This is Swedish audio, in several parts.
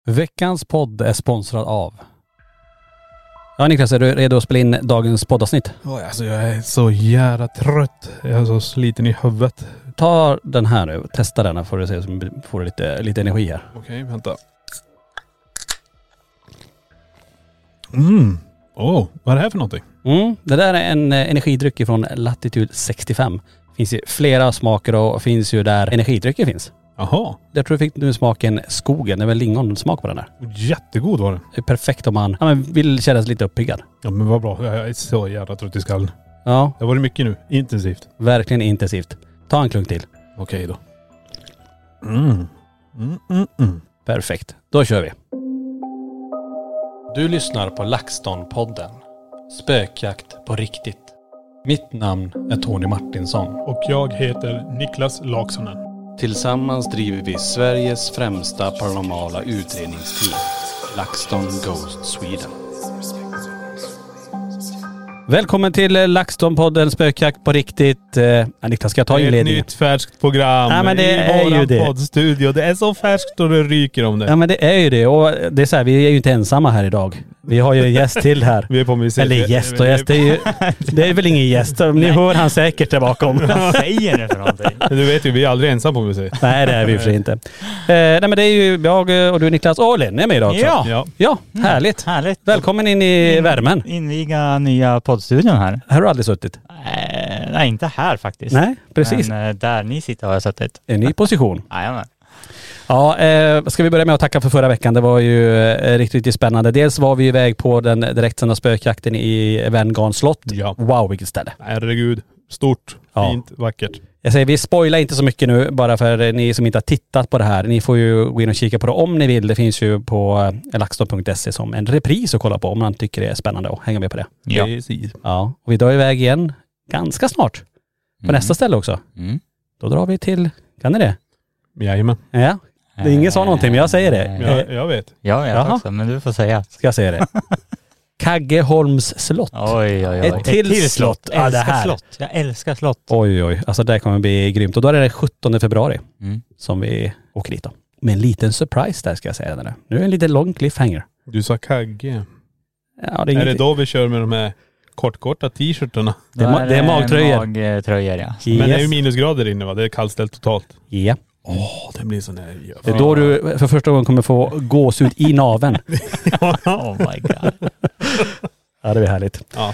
Veckans podd är sponsrad av... Ja, Niklas, är du redo att spela in dagens poddavsnitt? Ja, alltså jag är så jävla trött. Jag är så sliten i huvudet. Ta den här nu, testa den, får du se så får du lite energi här. Okej, vänta. Vad är det här för någonting? Det där är en energidryck från Latitude 65. Finns ju flera smaker och finns ju där energidrycker finns. Jaha. Jag tror du fick nu smaken skogen. Det är väl lingonsmak på den där. Jättegod var den. Det är perfekt om man vill känna sig lite uppiggad. Ja, men vad bra. Jag är så jävla trött i skallen. Ja. Det var det mycket nu. Intensivt. Verkligen intensivt. Ta en klunk till. Okej då. Perfekt. Då kör vi. Du lyssnar på LaxTon-podden. Spökjakt på riktigt. Mitt namn är Tony Martinsson. Och jag heter Niklas Laksonen. Tillsammans driver vi Sveriges främsta paranormala utredningsteam. LaxTon Ghost Sweden. Välkommen till LaxTon-podden Spökjakt på riktigt. Niklas, ska jag ta inledningen? Det är ett nytt färskt program. Ja, men det är ju det. Poddstudio. Det är så färskt och det ryker om det. Ja, men det är ju det. Och det är så här, vi är ju inte ensamma här idag. Vi har ju en gäst till här. Vi är på museet. Eller gäst och gäst. Det är väl ingen gäst. Ni hör han säkert där bakom. Vad säger ni för någonting? Du vet ju, vi är aldrig ensamma på museet. Nej, det är vi för sig inte. Nej, men det är ju jag och du Niklas och Lenny är med idag också. Ja, härligt. Härligt. Välkommen in i värmen. Inviga nya poddstudion här. Här har du aldrig suttit? Nej, inte här faktiskt. Nej, precis. Men där ni sitter har jag suttit. En ny position. Jajamän. Ja, ska vi börja med att tacka för förra veckan. Det var ju riktigt spännande. Dels var vi iväg på den direktsända spökjakten i Venngarns slott. Ja. Wow, vilket ställe. Herregud. Stort, fint, vackert. Jag säger, vi spoilar inte så mycket nu bara för ni som inte har tittat på det här. Ni får ju gå in och kika på det om ni vill. Det finns ju på laxton.se som en repris att kolla på om man tycker det är spännande att hänga med på det. Ja. Precis. Ja, och vi drar iväg igen ganska snart. På nästa ställe också. Då drar vi till, kan ni det? Jajamän. Ja. Det är ingen sa någonting, men jag säger det. Jag vet. Jag vet också, men du får säga. Ska jag säga det? Kaggeholms slott. Oj. Ett till slott. Ja, det här. Slott. Jag älskar slott. Oj. Alltså det kommer bli grymt. Och då är det 17 februari som vi åker dit då. Med en liten surprise där ska jag säga. Nu är det en liten lång cliffhanger. Du sa kagge. Ja, är det då vi kör med de här korta t-shirtarna? Det är magtröjor. Magtröjor, ja. Yes. Men det är ju minusgrader inne va? Det är kallställt totalt. Ja. Det blir sån här... Det är då du för första gången kommer få gåshud i naveln. Oh my god. Ja, det är härligt. Ja.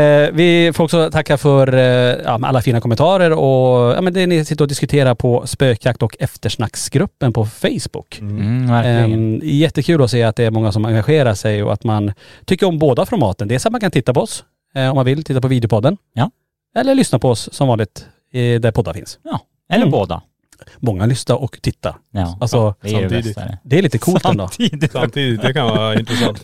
Vi får också tacka för alla fina kommentarer och det ni sitter och diskuterar på spökjakt- och eftersnacksgruppen på Facebook. Verkligen. Jättekul att se att det är många som engagerar sig och att man tycker om båda formaten. Det är så att man kan titta på oss om man vill, titta på videopodden. Ja. Eller lyssna på oss som vanligt där poddar finns. Ja, eller båda. Många lyssnar och tittar. Ja, alltså, det är det bästa. Det är lite coolt ändå. Samtidigt, det kan vara intressant.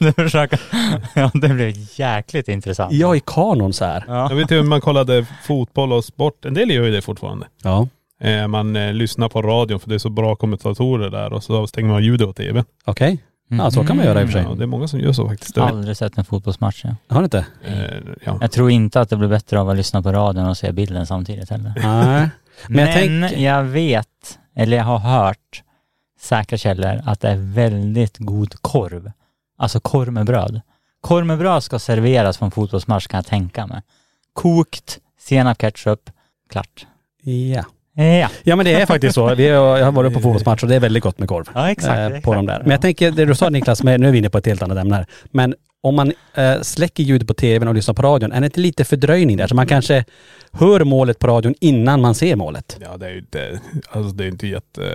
Ja, det blir jäkligt intressant. Ja, i kanon så här. Ja. Jag vet ju, man kollade fotboll och sport. En del gör ju det fortfarande. Ja. Man lyssnar på radion för det är så bra kommentatorer där och så stänger man ljudet och tv. Okej. Ja, så kan man göra i och för sig. Ja, det är många som gör så faktiskt. Jag har aldrig sett en fotbollsmatch. Ja. Har du inte? Ja. Jag tror inte att det blir bättre av att lyssna på radion och se bilden samtidigt heller. Nej. Men jag vet, eller jag har hört säkra källor att det är väldigt god korv. Alltså korv med bröd. Korv med bröd ska serveras på en fotbollsmatch kan jag tänka mig. Kokt, senap, ketchup, klart. Ja. Ja, men det är faktiskt så. Jag har varit på fotbollsmatch och det är väldigt gott med korv. Ja, exakt. På de där. Men jag tänker, det du sa Niklas, nu är vi inne på ett helt annat ämne här. Men om man släcker ljudet på tvn och lyssnar på radion, är det inte lite fördröjning där? Så man kanske hör målet på radion innan man ser målet. Ja, det är ju inte, alltså det är inte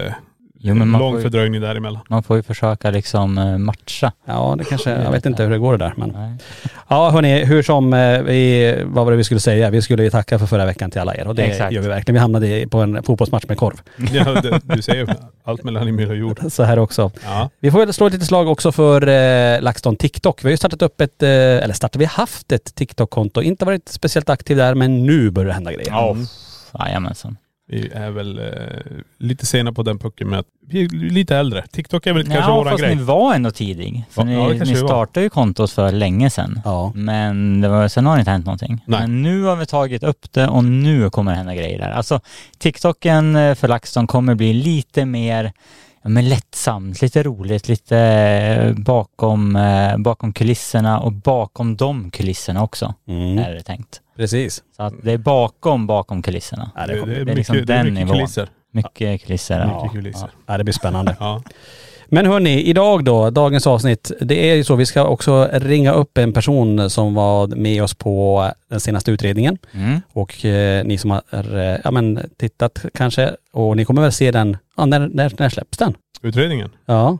lång fördröjning däremellan. Man får ju försöka liksom matcha. Ja, det kanske, jag vet inte hur det går det där. Men. Nej. Ja, hörni, hur som vad var det vi skulle säga? Vi skulle ju tacka för förra veckan till alla er och det gör vi verkligen. Vi hamnade på en fotbollsmatch med korv. Ja, du säger ju allt mellan himmel och jord. Så här också. Ja. Vi får slå ett litet slag också för LaxTon TikTok. Vi har ju startat upp vi har haft ett TikTok-konto. Inte varit speciellt aktiv där, men nu börjar det hända grejer. Jajamensan. Vi är väl lite sena på den pucken med att vi är lite äldre. TikTok är väl kanske våran grej. Ja, fast ni var ändå tidig. För ni startade ju kontot för länge sedan. Ja. Men sen har det inte hänt någonting. Nej. Men nu har vi tagit upp det och nu kommer det hända grejer där. Alltså TikToken för LaxTon kommer bli lite mer, Ja, men lättsamt, lite roligt, lite bakom kulisserna och bakom de kulisserna också är det tänkt. Precis. Så att det är bakom kulisserna. Ja, Det är liksom mycket, den mycket nivån. kulisser. Mycket kulisser. Ja. Mycket kulisser. Ja, det blir spännande. Ja. Men hörni, idag då, dagens avsnitt, det är ju så, vi ska också ringa upp en person som var med oss på den senaste utredningen. Och ni som har tittat kanske, och ni kommer väl se den, när släpps den? Utredningen? Ja.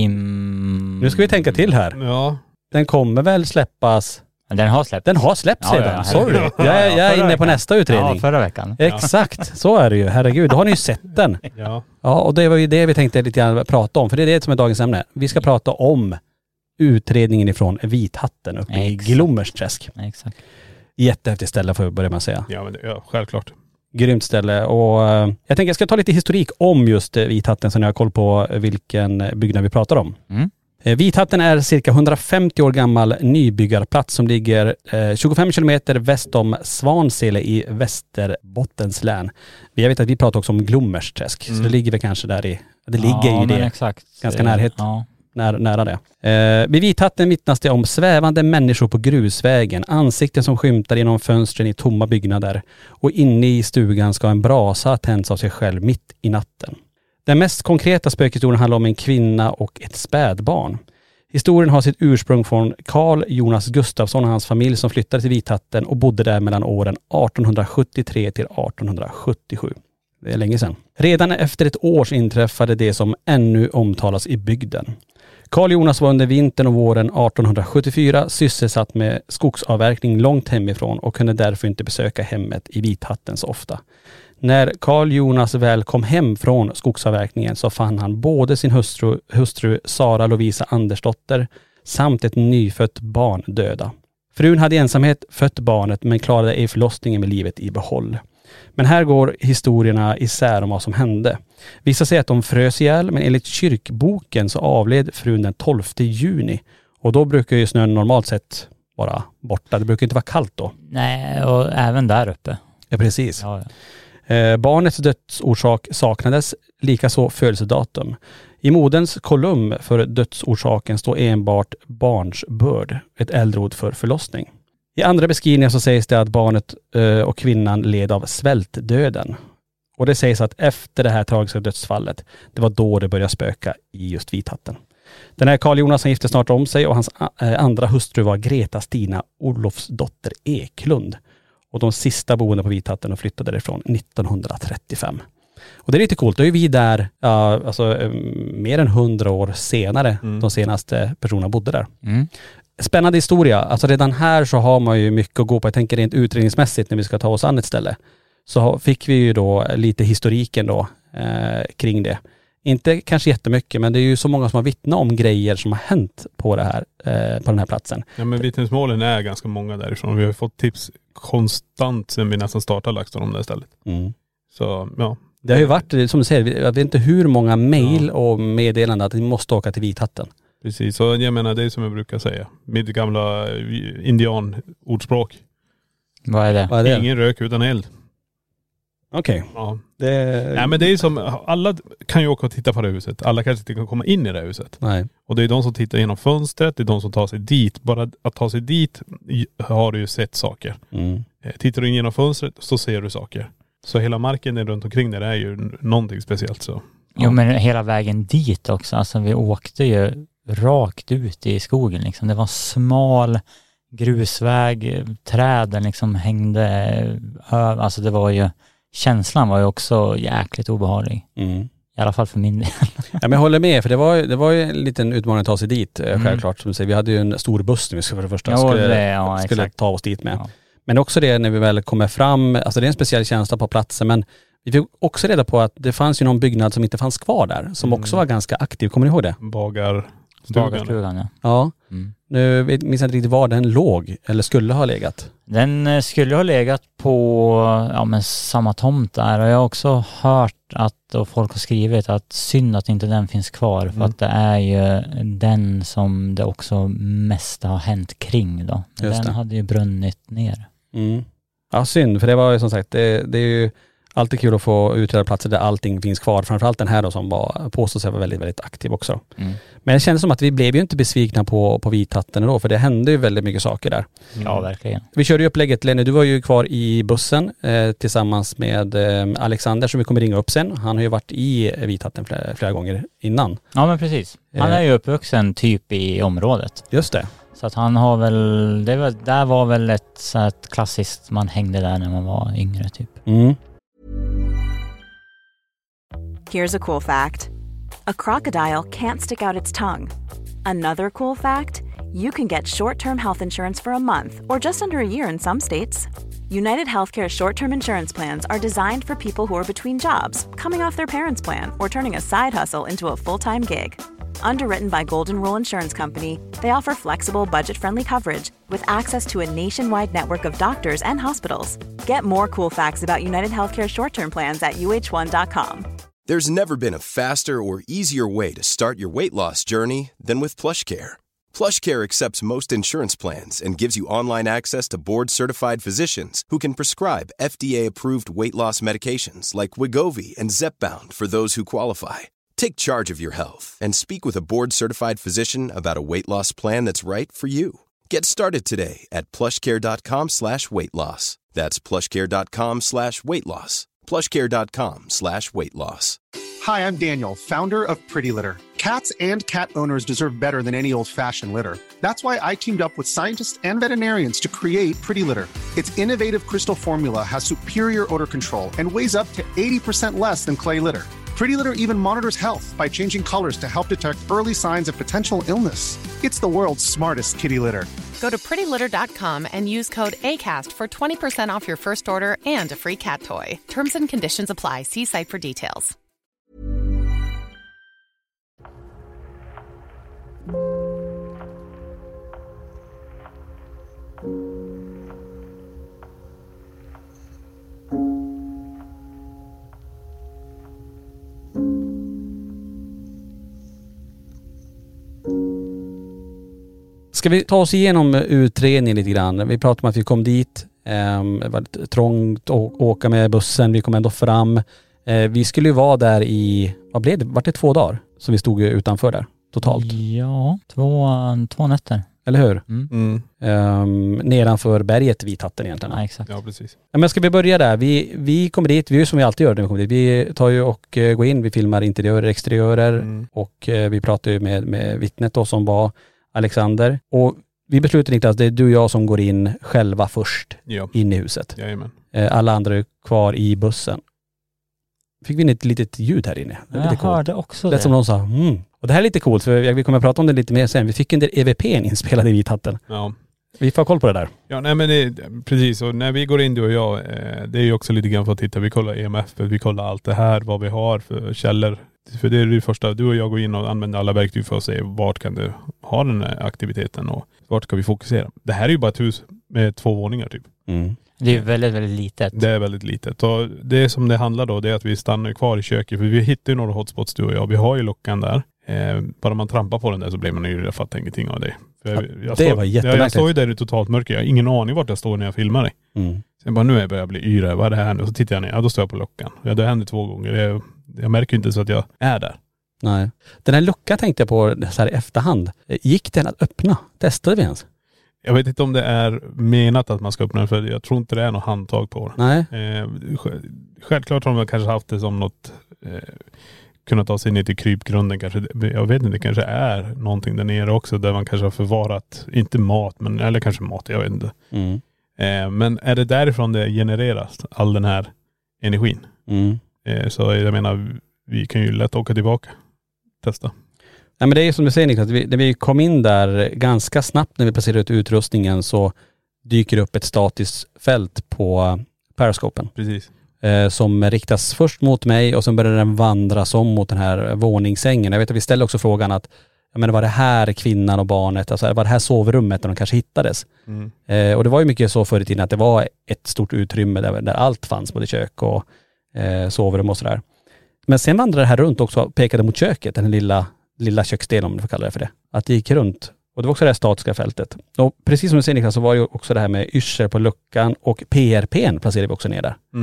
Nu ska vi tänka till här. Ja. Den kommer väl släppas... Den har släppts. Den har släppts redan, ja, sorry. Jag är inne på nästa utredning. Ja, förra veckan. Exakt, så är det ju. Herregud, då har ni ju sett den. Ja. Ja, och det var ju det vi tänkte lite grann prata om, för det är det som är dagens ämne. Vi ska prata om utredningen ifrån Vithatten uppe i Glommersträsk. Exakt. Jättehäftigt ställe får jag börja med att säga. Ja, men självklart. Grymt ställe, och jag tänker jag ska ta lite historik om just Vithatten så ni har koll på vilken byggnad vi pratar om. Vithatten är cirka 150 år gammal nybyggarplats som ligger 25 kilometer väst om Svansele i Västerbottens län. Jag vet att vi pratar också om Glommersträsk, så det ligger väl kanske där i, det ligger ju det. Exakt. Ganska närhet. Ja. Nära det. Vid Vithatten vittnas det om svävande människor på grusvägen, ansikten som skymtar genom fönstren i tomma byggnader, och inne i stugan ska en brasa tänds av sig själv mitt i natten. Den mest konkreta spökhistorien handlar om en kvinna och ett spädbarn. Historien har sitt ursprung från Carl Jonas Gustafsson och hans familj som flyttade till Vithatten och bodde där mellan åren 1873 till 1877. Det är länge sedan. Redan efter ett år så inträffade det som ännu omtalas i bygden. Carl Jonas var under vintern och våren 1874 sysselsatt med skogsavverkning långt hemifrån och kunde därför inte besöka hemmet i Vithatten så ofta. När Carl Jonas väl kom hem från skogsavverkningen så fann han både sin hustru Sara Lovisa Andersdotter samt ett nyfött barn döda. Frun hade i ensamhet fött barnet men klarade ej förlossningen med livet i behåll. Men här går historierna isär om vad som hände. Vissa säger att de frös ihjäl, men enligt kyrkboken så avled frun den 12 juni. Och då brukar ju snön normalt sett vara borta. Det brukar inte vara kallt då. Nej, och även där uppe. Ja, precis. Ja. Barnets dödsorsak saknades, likaså födelsedatum. I moderns kolumn för dödsorsaken står enbart barnsbörd, ett äldreord för förlossning. I andra beskrivningar så sägs det att barnet och kvinnan led av svältdöden. Och det sägs att efter det här tragiska dödsfallet, det var då det började spöka i just Vithatten. Den här Carl Jonas gifte snart om sig och hans andra hustru var Greta Stina Olofsdotter Eklund. Och de sista boende på Vithatten och flyttade därifrån 1935. Och det är lite coolt, då är vi där mer än 100 år senare, de senaste personerna bodde där. Spännande historia. Alltså redan här så har man ju mycket att gå på. Jag tänker rent utredningsmässigt när vi ska ta oss an ett ställe. Så fick vi ju då lite historiken då kring det. Inte kanske jättemycket, men det är ju så många som har vittnat om grejer som har hänt på det här, på den här platsen. Ja, men vittnesmålen är ganska många därifrån. Vi har fått tips konstant sen vi nästan startade LaxTon om det stället. Så ja. Det har ju varit, som du säger, jag vet inte hur många mejl och meddelanden att vi måste åka till Vithatten. Precis, och jag menar det är som jag brukar säga. Mitt gamla indianordspråk. Vad är det? Ingen rök utan eld. Okej. Ja. Nej men det är som, alla kan ju åka och titta på det huset. Alla kanske inte kan komma in i det huset. Nej. Och det är de som tittar genom fönstret, det är de som tar sig dit. Bara att ta sig dit har du ju sett saker. Tittar du in genom fönstret så ser du saker. Så hela marken runt omkring det är ju någonting speciellt så. Ja. Jo, men hela vägen dit också. Alltså vi åkte ju rakt ut i skogen liksom. Det var smal grusväg, träden liksom hängde över. Alltså det var ju, känslan var ju också jäkligt obehaglig. I alla fall för min del. Ja, men jag håller med, för det var ju en liten utmaning att ta sig dit, självklart som du säger. Vi hade ju en stor buss när vi för det första skulle ta oss dit med. Ja. Men också det när vi väl kommer fram, alltså det är en speciell känsla på platsen, men vi fick också reda på att det fanns ju någon byggnad som inte fanns kvar där, som också var ganska aktiv. Kommer ni ihåg det? Bagarstugan. Ja. Ja. Nu minns jag inte riktigt var den låg, eller skulle ha legat. Den skulle ha legat på samma tomt där, och jag har också hört att folk har skrivit att synd att inte den finns kvar, för att det är ju den som det också mesta har hänt kring då. Den hade ju brunnit ner. Ja, synd, för det var ju som sagt, det är ju Alltid kul att få utreda platser där allting finns kvar. Framförallt den här då som påstår sig vara väldigt, väldigt aktiv också. Men det kändes som att vi blev ju inte besvikna på Vithatten då, för det hände ju väldigt mycket saker där. Ja, verkligen. Vi körde ju upplägget, Lenny, du var ju kvar i bussen tillsammans med Alexander som vi kommer ringa upp sen. Han har ju varit i Vithatten flera gånger innan. Ja, men precis. Han är ju uppvuxen typ i området. Just det. Så att han har väl, där var väl ett så här klassiskt, man hängde där när man var yngre typ. Here's a cool fact. A crocodile can't stick out its tongue. Another cool fact, you can get short-term health insurance for a month or just under a year in some states. United Healthcare short-term insurance plans are designed for people who are between jobs, coming off their parents' plan, or turning a side hustle into a full-time gig. Underwritten by Golden Rule Insurance Company, they offer flexible, budget-friendly coverage with access to a nationwide network of doctors and hospitals. Get more cool facts about United Healthcare short-term plans at uh1.com. There's never been a faster or easier way to start your weight loss journey than with PlushCare. PlushCare accepts most insurance plans and gives you online access to board-certified physicians who can prescribe FDA-approved weight loss medications like Wegovy and Zepbound for those who qualify. Take charge of your health and speak with a board-certified physician about a weight loss plan that's right for you. Get started today at plushcare.com/weightloss. That's plushcare.com/weightloss. plushcare.com/weightloss. Hi, I'm Daniel, founder of Pretty Litter. Cats and cat owners deserve better than any old-fashioned litter. That's why I teamed up with scientists and veterinarians to create Pretty Litter. Its innovative crystal formula has superior odor control and weighs up to 80% less than clay litter. Pretty Litter even monitors health by changing colors to help detect early signs of potential illness. It's the world's smartest kitty litter. Go to prettylitter.com and use code ACAST for 20% off your first order and a free cat toy. Terms and conditions apply. See site for details. Ska vi ta oss igenom utredningen lite grann? Vi pratade om att vi kom dit. Det var trångt att åka med bussen. Vi kom ändå fram. Vi skulle ju vara där i, vad blev det? Var det 2 dagar som vi stod utanför där totalt? Ja, två nätter. Eller hur? Nedanför berget Vithatten egentligen. Ja, exakt. Ja, precis. Ja, men ska vi börja där? Vi kommer dit, vi gör som vi alltid gör när vi kommer dit. Vi tar ju och går in, vi filmar interiörer, exteriörer och vi pratar ju med vittnet då som var Alexander. Och vi beslutar inte att det är du och jag som går in själva först in i huset. Jajamän. Alla andra är kvar i bussen. Fick vi in ett litet ljud här inne. Det är lite jag hörde också det. Det som någon sa. Och det här är lite coolt för vi kommer att prata om det lite mer sen. Vi fick en del EVP:n inspelad i Vithatten. Ja. Vi får ha koll på det där. Ja, nej men det, precis. Och när vi går in du och jag, det är ju också lite grann för att titta. Vi kollar EMF, vi kollar allt det här, vad vi har för källor. För det är det första, du och jag går in och använder alla verktyg för att se vart kan du ha den här aktiviteten och vart ska vi fokusera. Det här är ju bara ett hus med 2 våningar typ. Det är väldigt, väldigt litet. Det är väldigt litet. Och det som det handlar då, det är att vi stannar kvar i köket. För vi hittar ju några hotspots du och jag. Vi har ju luckan där. Bara man trampar på den där så blir man ju, jag fattar ingenting av det. För det var jättemärkligt. Jag står ju där i totalt mörker. Jag har ingen aning vart jag står när jag filmar dig. Sen bara, nu börjar jag bli yra. Vad är det här nu? Och så tittar jag ner. Ja, då står jag på luckan. Ja, det händer 2 gånger. Jag märker inte så att jag är där. Nej. Den här luckan tänkte jag på så här i efterhand. Gick den att öppna? Testade vi ens? Jag vet inte om det är menat att man ska öppna den, för jag tror inte det är något handtag på den. Nej. Självklart har man kanske haft det som något kunnat ta sig ner till krypgrunden kanske. Jag vet inte, det kanske är någonting där nere också där man kanske har förvarat, inte mat, men eller kanske mat, jag vet inte. Men är det därifrån det genereras all den här energin? Så jag menar, vi kan ju lätt åka tillbaka. Testa. Nej, men det är ju som du säger Niklas, när vi kom in där ganska snabbt när vi placerade ut utrustningen så dyker det upp ett statiskt fält på periscopen. Precis. Som riktas först mot mig och sen börjar den vandras om mot den här våningssängen. Jag vet att vi ställde också frågan att var det här kvinnan och barnet, alltså var det här sovrummet där de kanske hittades? Och det var ju mycket så förr i tiden att det var ett stort utrymme där allt fanns, både kök och sovrum och sådär. Men sen vandrade det här runt också och pekade mot köket, den lilla köksdelen om du får kalla det för det. Att det gick runt. Och det var också det här statiska fältet. Och precis som du säger Niklas så var det ju också det här med yrsel på luckan och PRP:n placerade vi också ner där.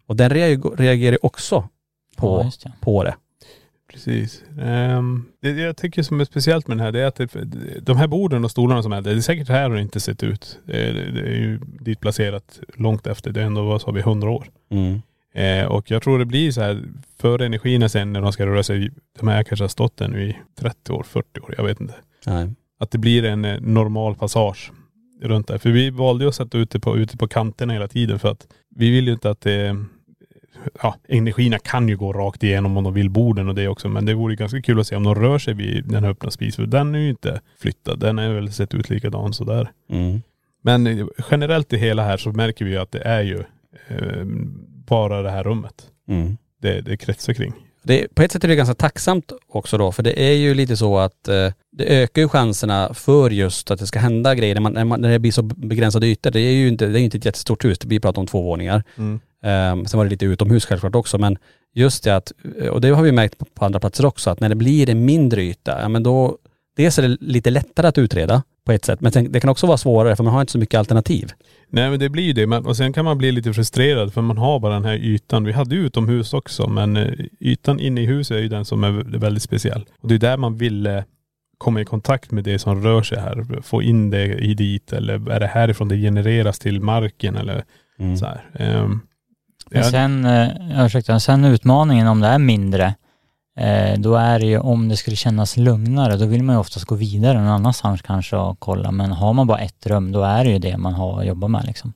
Och den reagerar ju också på det. Precis. Det jag tycker som är speciellt med den här, det är att de här borden och stolarna som är, det är säkert här har det inte sett ut. Det är ju dit placerat långt efter. Det är ändå, vad sa vi, 100 år. Och jag tror det blir så här för energierna sen när de ska röra sig. De här kanske har stått där nu i 30 år, 40 år, jag vet inte. Nej. Att det blir en normal passage runt där. För vi valde ju att sätta ute på kanterna hela tiden för att vi vill ju inte att energierna kan ju gå rakt igenom om de vill borden och det också. Men det vore ganska kul att se om de rör sig vid den här öppna spis. För den är ju inte flyttad. Den är väl sett ut likadan sådär. Men generellt i hela här så märker vi ju att det är ju bara det här rummet. Det kretsar kring. På ett sätt är det ganska tacksamt också då. För det är ju lite så att det ökar ju chanserna för just att det ska hända grejer när det blir så begränsade ytor. Det är ju inte ett jättestort hus. Vi pratar om 2 våningar. Sen var det lite utomhus självklart också. Men just det att, och det har vi märkt på andra platser också, att när det blir en mindre yta, men då dels är det lite lättare att utreda på ett sätt. Men det kan också vara svårare för man har inte så mycket alternativ. Nej, men det blir ju det. Och sen kan man bli lite frustrerad för man har bara den här ytan. Vi hade ju utomhus också, men ytan inne i huset är ju den som är väldigt speciell. Och det är där man vill komma i kontakt med det som rör sig här. Få in det i dit, eller är det härifrån det genereras till marken eller så här. Sen utmaningen om det är mindre, då är det ju om det skulle kännas lugnare, då vill man ju oftast gå vidare någon annanstans kanske och kolla. Men har man bara ett rum, då är det ju det man har att jobba med liksom.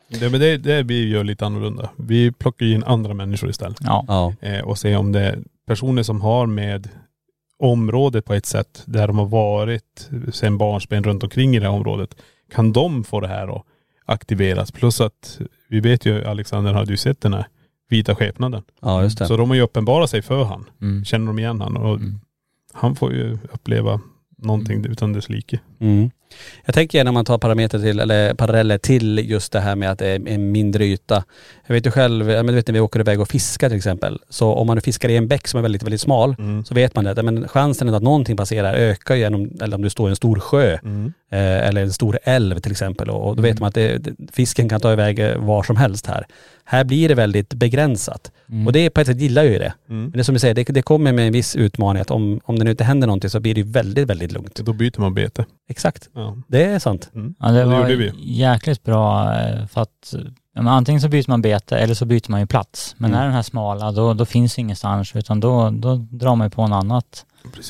Det blir ju lite annorlunda. Vi plockar in andra människor istället. Och se om det är personer som har med området på ett sätt där de har varit sen barnsben runt omkring i det här området. Kan de få det här att aktiveras? Plus att vi vet ju, Alexander hade ju sett den här vita skepnaden. Ja, just det. Så de har ju uppenbarat sig för han. Känner de igen han. Och han får ju uppleva någonting utan dess like. Jag tänker när man tar paralleller till just det här med att det är en mindre yta. Jag vet ju själv, när vi åker iväg och fiskar till exempel. Så om man fiskar i en bäck som är väldigt, väldigt smal, så vet man det. Men chansen att någonting passerar ökar ju eller om du står i en stor sjö eller en stor älv till exempel. Och då vet man att fisken kan ta iväg var som helst här. Här blir det väldigt begränsat. Och det på ett sätt gillar ju det. Men det som du säger, det kommer med en viss utmaning att om det nu inte händer någonting så blir det väldigt, väldigt lugnt. Då byter man bete. Exakt. Det är sant. Ja, det var jäkligt bra för att antingen så byter man bete eller så byter man ju plats. Men när den här smala, då finns ingenstans, utan då drar man ju på en annat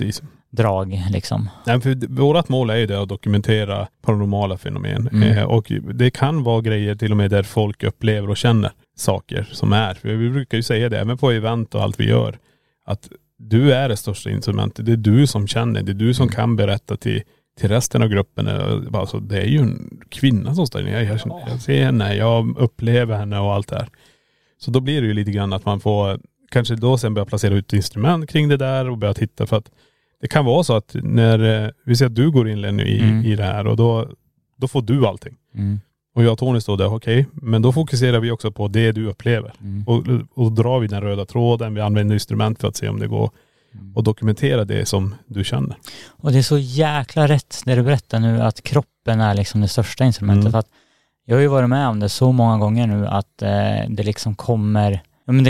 drag liksom. Nej, för vårat mål är ju det att dokumentera paranormala fenomen. Och det kan vara grejer till och med där folk upplever och känner saker som är. För vi brukar ju säga det även på event och allt vi gör, att du är det största instrumentet. Det är du som känner. Det är du som kan berätta till resten av gruppen. Alltså, det är ju en kvinna som står där. Jag ser henne, jag upplever henne och allt det här. Så då blir det ju lite grann att man får kanske då sen börja placera ut instrument kring det där och börja titta, för att det kan vara så att när vi ser att du går in nu i det här och då får du allting. Och jag och Tony står där, okej, men då fokuserar vi också på det du upplever. Och drar vi den röda tråden, vi använder instrument för att se om det går och dokumentera det som du känner. Och det är så jäkla rätt det du berättar nu, att kroppen är liksom det största instrumentet. För att jag har ju varit med om det så många gånger nu att det liksom kommer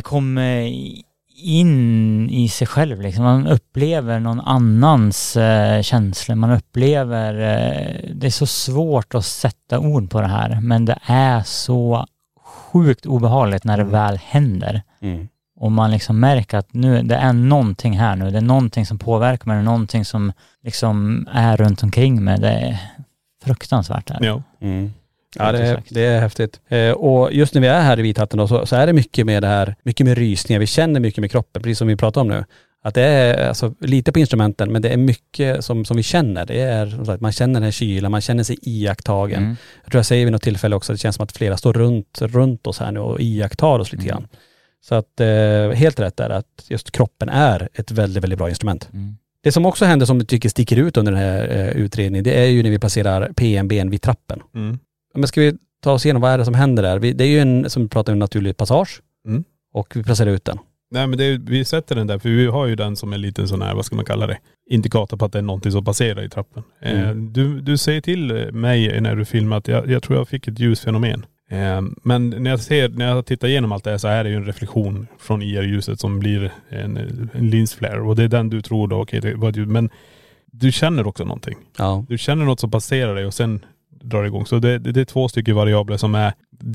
in i sig själv liksom. Man upplever någon annans känslor. Man upplever det är så svårt att sätta ord på det här, men det är så sjukt obehagligt när det väl händer. Och man liksom märker att nu det är någonting här nu. Det är någonting som påverkar mig. Det är någonting som liksom är runt omkring mig. Det är fruktansvärt här. Ja. Ja, det är häftigt. Och just när vi är här i Vithatten då, så är det mycket med det här, mycket med rysningar. Vi känner mycket med kroppen, precis som vi pratar om nu. Att det är alltså lite på instrumenten, men det är mycket som vi känner. Det är att man känner den här kylan, man känner sig iakttagen. Jag tror jag säger vid något tillfälle också, det känns som att flera står runt oss här nu och iakttar oss lite grann. Så att helt rätt är att just kroppen är ett väldigt, väldigt bra instrument. Det som också händer som jag tycker sticker ut under den här utredningen, det är ju när vi placerar PMB:n vid trappen. Men ska vi ta oss igenom vad är det som händer där? Det är ju som vi pratar om, en naturlig passage och vi placerar ut den. Nej, men vi sätter den där, för vi har ju den som en liten sån här, vad ska man kalla det? Indikator på att det är någonting som passerar i trappen. Du säger till mig när du filmar att jag tror jag fick ett ljusfenomen. Men när jag tittar igenom allt det här så är det ju en reflektion från IR-ljuset som blir en linsflare. Och det är den du tror då, men du känner också någonting. Ja. Du känner något som passerar dig och sen drar igång. Så det är 2 stycken variabler som är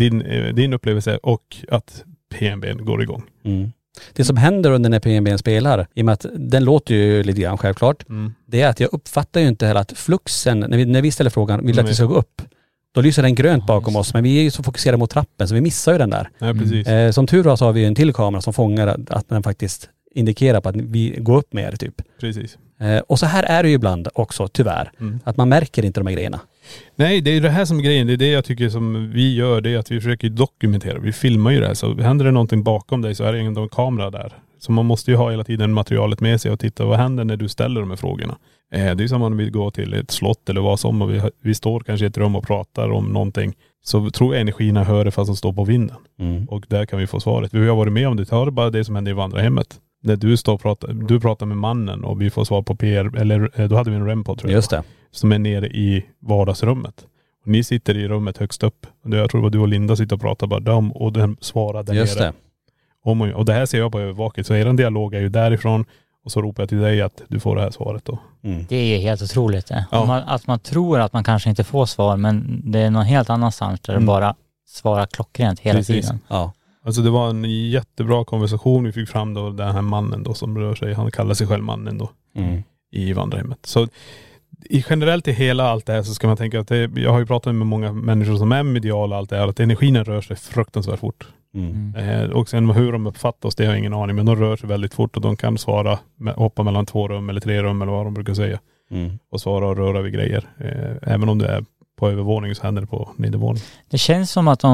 din upplevelse och att PNB:n går igång. Mm. Det som händer under när PNB:n spelar, i och med att den låter ju lite grann självklart, det är att jag uppfattar ju inte heller att fluxen, när vi ställer frågan, vill att vi ska gå upp? Då lyser den grönt bakom oss, men vi är ju så fokuserade mot trappen så vi missar ju den där. Ja, precis. Som tur var så har vi en till kamera som fångar att den faktiskt indikerar på att vi går upp mer typ. Precis. Och så här är det ju ibland också, tyvärr. Att man märker inte de här grejerna. Nej, det är det här som är grejen. Det är det jag tycker som vi gör, det är att vi försöker dokumentera. Vi filmar ju det här. Så händer det någonting bakom dig så är det ingen kamera där. Så man måste ju ha hela tiden materialet med sig och titta vad händer när du ställer de här frågorna. Det är ju som om vi går till ett slott eller vad som och vi står kanske i ett rum och pratar om någonting. Så tror jag energierna hör det fast de står på vinden. Och där kan vi få svaret. Vi har varit med om det. Ta det bara det som händer i vandrarhemmet. När du pratar med mannen och vi får svar på PR, eller då hade vi en REM-podd tror jag. Just det. Som är nere i vardagsrummet. Och ni sitter i rummet högst upp. Och jag tror det var du och Linda sitter och pratar bara och den svarar där Just nere. Det. Och det här ser jag på övervaket. Så er dialog är ju därifrån. Och så ropar jag till dig att du får det här svaret då. Det är helt otroligt det. Ja. Att man tror att man kanske inte får svar, men det är någon helt annanstans där det bara svarar klockrent hela tiden. Ja. Alltså det var en jättebra konversation vi fick fram då, den här mannen då som rör sig. Han kallar sig själv mannen då. I vandrarhemmet. Så generellt i hela allt det här så ska man tänka att jag har ju pratat med många människor som är mediala och allt det här, att energin rör sig fruktansvärt fort. Och sen hur de uppfattar oss, det har jag ingen aning, men de rör sig väldigt fort och de kan svara, hoppa mellan 2 rum eller 3 rum eller vad de brukar säga. Och svara och röra vid grejer. Även om det är på övervåning så händer det på nedervåning. Det känns som att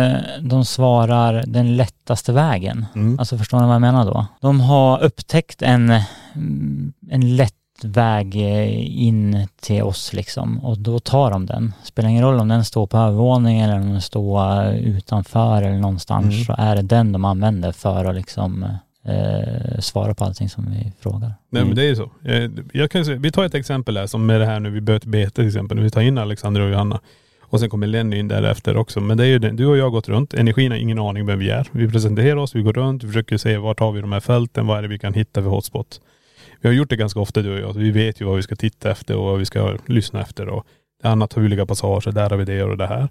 de svarar den lättaste vägen. Alltså förstår ni vad jag menar då? De har upptäckt en lätt väg in till oss liksom, och då tar de den. Spelar ingen roll om den står på övervåningen eller om den står utanför eller någonstans, så är det den de använder för att liksom svara på allting som vi frågar. Nej men det är ju så. Jag kan säga, vi tar ett exempel här som med det här nu, vi böt bete till exempel, när vi tar in Alexander och Johanna och sen kommer Lenny in därefter också, men det är ju det. Du och jag har gått runt, energin har ingen aning vem vi är. Vi presenterar oss, vi går runt, vi försöker se vart har vi de här fälten, vad är det vi kan hitta för hotspot. Vi har gjort det ganska ofta du och jag. Vi vet ju vad vi ska titta efter och vad vi ska lyssna efter. Och det är naturliga passager, där har vi det och det här.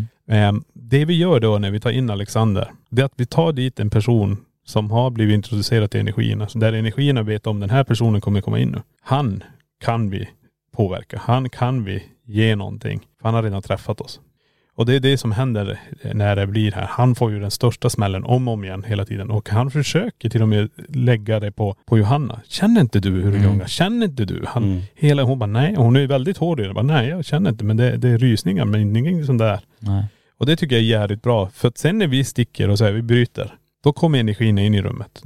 Det vi gör då när vi tar in Alexander, det är att vi tar dit en person som har blivit introducerad till energierna. Så där energierna vet om den här personen kommer komma in nu. Han kan vi påverka. Han kan vi ge någonting. För han har redan träffat oss. Och det är det som händer när det blir här. Han får ju den största smällen om och om igen hela tiden. Och han försöker till och med lägga det på Johanna. Känner inte du hur det gångar? Känner inte du? Hon bara nej. Och hon är väldigt hård i det. Bara, nej, jag känner inte. Men det är rysningar. Men ingenting sånt där. Nej. Och det tycker jag är jävligt bra. För att sen när vi sticker och så här, vi bryter. Då kommer energin in i rummet.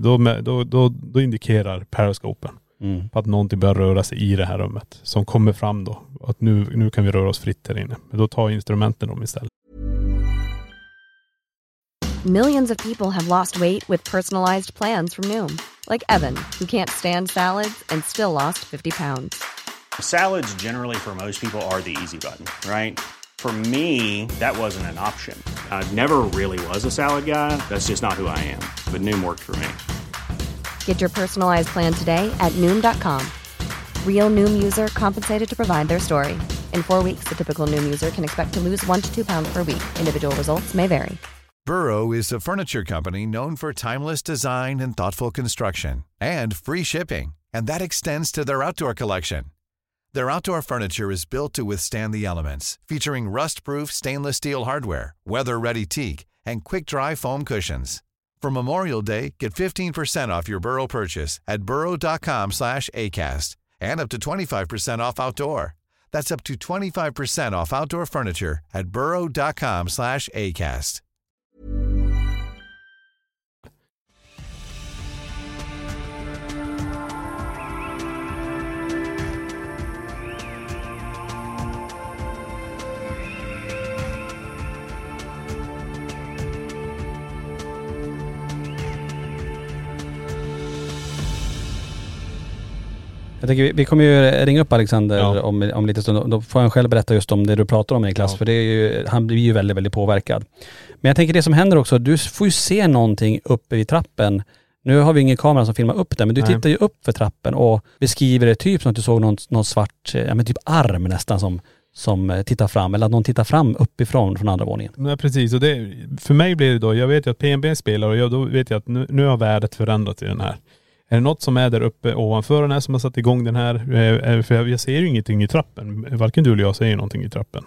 Då indikerar periskopen. På att någonting börjar röra sig i det här rummet. Som kommer fram då. Att nu kan vi röra oss fritt här inne. Men då tar instrumenten dem istället. Millions of people have lost weight with personalized plans from Noom. Like Evan, who can't stand salads and still lost 50 pounds. Salads generally for most people are the easy button, right? For me, that wasn't an option. I never really was a salad guy. That's just not who I am. But Noom worked for me. Get your personalized plan today at Noom.com. Real Noom user compensated to provide their story. In 4 weeks, the typical Noom user can expect to lose 1 to 2 pounds per week. Individual results may vary. Burrow is a furniture company known for timeless design and thoughtful construction. And free shipping. And that extends to their outdoor collection. Their outdoor furniture is built to withstand the elements. Featuring rust-proof stainless steel hardware, weather-ready teak, and quick-dry foam cushions. For Memorial Day, get 15% off your Burrow purchase at burrow.com/ACAST and up to 25% off outdoor. That's up to 25% off outdoor furniture at burrow.com/ACAST. Jag tänker vi kommer ju ringa upp Alexander om lite stund. Då får han själv berätta just om det du pratar om, Niklas. För det är ju, han blir ju väldigt, väldigt påverkad. Men jag tänker det som händer också, du får ju se någonting uppe i trappen. Nu har vi ingen kamera som filmar upp det, men du tittar ju upp för trappen och beskriver det typ som att du såg någon svart, typ arm nästan som tittar fram, eller att någon tittar fram uppifrån från andra våningen. Nej, precis. Och det, för mig blir det då, jag vet ju att PNB spelar och då vet jag att nu har värdet förändrats i den här. Är det något som är där uppe ovanför den här som har satt igång den här? För jag ser ju ingenting i trappen. Varken du eller jag ser någonting i trappen.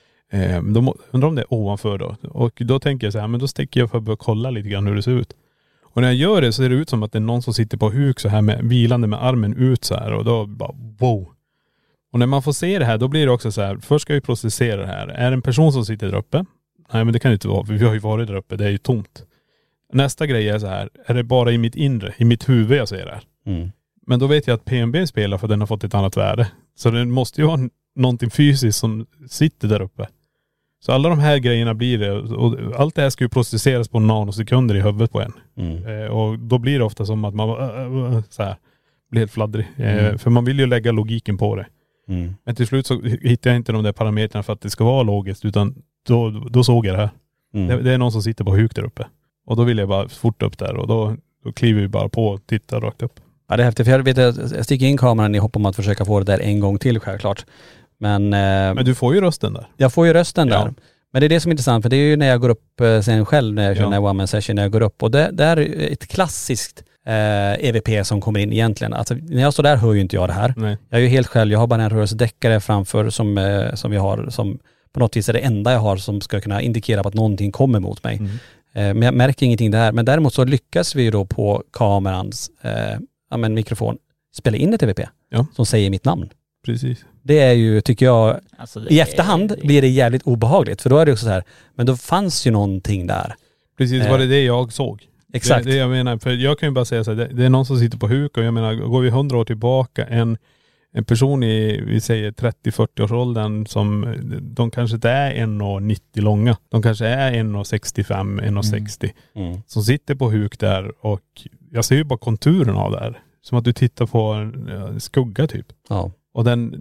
Då undrar om det är ovanför då. Och då tänker jag så här, men då sticker jag för att börja kolla lite grann hur det ser ut. Och när jag gör det så ser det ut som att det är någon som sitter på huk så här med vilande med armen ut så här. Och då bara wow. Och när man får se det här då blir det också så här, först ska vi processera det här. Är det en person som sitter där uppe? Nej, men det kan det inte vara, för vi har ju varit där uppe, det är ju tomt. Nästa grej är så här, är det bara i mitt inre, i mitt huvud jag ser det här? Men då vet jag att PNB spelar för den har fått ett annat värde. Så det måste ju vara någonting fysiskt som sitter där uppe. Så alla de här grejerna blir det, och allt det här ska ju processeras på nanosekunder i huvudet på en. Och då blir det ofta som att man så här, blir helt fladdrig. För man vill ju lägga logiken på det. Men till slut så hittar jag inte de där parametrarna för att det ska vara logiskt, utan då såg jag det här. Det är någon som sitter på huk där uppe. Och då vill jag bara fort upp där och då kliver vi bara på och tittar rakt upp. Ja, det är häftigt. För jag sticker in kameran i hopp om att försöka få det där en gång till självklart. Men du får ju rösten där. Jag får ju rösten där. Men det är det som är intressant, för det är ju när jag går upp sen själv, när jag kör den här one-man session, när jag går upp. Och det är ett klassiskt EVP som kommer in egentligen. Alltså när jag står där hör ju inte jag det här. Nej. Jag är ju helt själv, jag har bara en rörelsedäckare framför som vi har, som på något vis är det enda jag har som ska kunna indikera på att någonting kommer mot mig. Men jag märker ingenting där. Men däremot så lyckas vi ju då på kamerans mikrofon spela in ett EVP som säger mitt namn. Precis. Det är ju, tycker jag, alltså i efterhand blir det jävligt obehagligt. För då är det också så här, men då fanns ju någonting där. Precis, var det jag såg. Exakt. Det jag menar, för jag kan ju bara säga så här, det är någon som sitter på huk och jag menar, går vi 100 år tillbaka, en person i, vi säger 30-40-årsåldern som, de kanske inte är 1,90 långa. De kanske är 1,65, 1,60. Som sitter på huk där och jag ser ju bara konturen av det här. Som att du tittar på en skugga typ. Ja. Och den,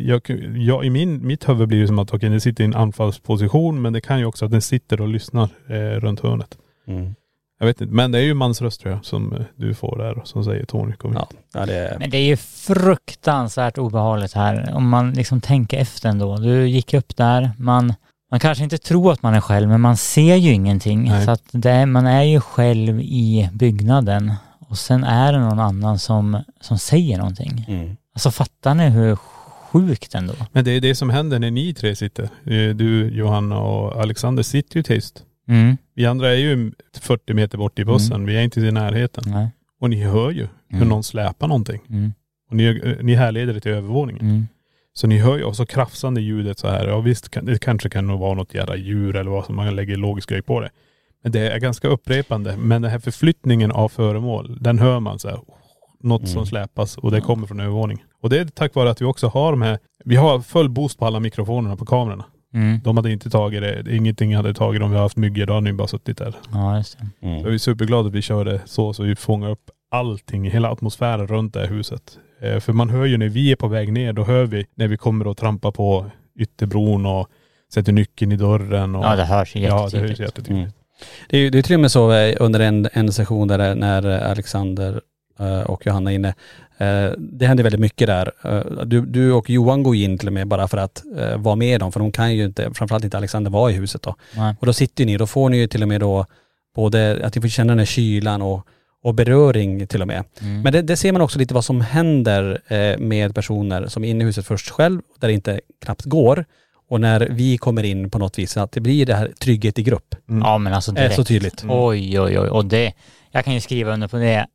i mitt huvud blir det som att den sitter i en anfallsposition, men det kan ju också att den sitter och lyssnar runt hörnet. Jag vet inte, men det är ju mansröst tror jag som du får där som säger Tony kom hit. Men det är ju fruktansvärt obehagligt här om man liksom tänker efter ändå. Du gick upp där, man kanske inte tror att man är själv, men man ser ju ingenting. Nej. Så att man är ju själv i byggnaden och sen är det någon annan som säger någonting. Alltså fattar ni hur sjukt ändå? Men det är det som händer när ni tre sitter. Du, Johanna och Alexander sitter ju tyst. Vi andra är ju 40 meter bort i bussen. Vi är inte i närheten. Nej. Och ni hör ju hur någon släpar någonting. Och ni härleder det till övervåningen. Så ni hör ju också krafsande ljudet så här. Ja visst, det kanske kan nog vara något jävla djur eller vad som man lägger logisk grej på det. Men det är ganska upprepande. Men den här förflyttningen av föremål, den hör man så här. Något som släpas och det kommer från övervåningen. Och det är tack vare att vi också har de här, vi har full boost på alla mikrofonerna på kamerorna. De hade inte tagit det. Ingenting hade tagit om vi har haft myggor. Då hade ni bara suttit där. Ja, just det. Så vi är superglada att vi kör det så vi fångar upp allting, hela atmosfären runt det här huset. För man hör ju när vi är på väg ner, då hör vi när vi kommer att trampa på ytterbron och sätter nyckeln i dörren. Och, ja, det hörs jättetydligt. Ja, det hörs jättetydligt. Det är till och med så under en session där när Alexander och Johanna är inne. Det händer väldigt mycket där. Du och Johan går in till och med bara för att vara med dem, för de kan ju inte, framförallt inte Alexander var i huset då. Nej. Och då sitter ni, då får ni ju till och med då både att ni får känna den här kylan och beröring till och med. Men det ser man också lite vad som händer med personer som är inne i huset först själv, där det inte knappt går. Och när vi kommer in på något vis, att det blir det här trygghet i grupp. Ja, men alltså direkt. Är så tydligt. Oj. Och det, jag kan ju skriva under på det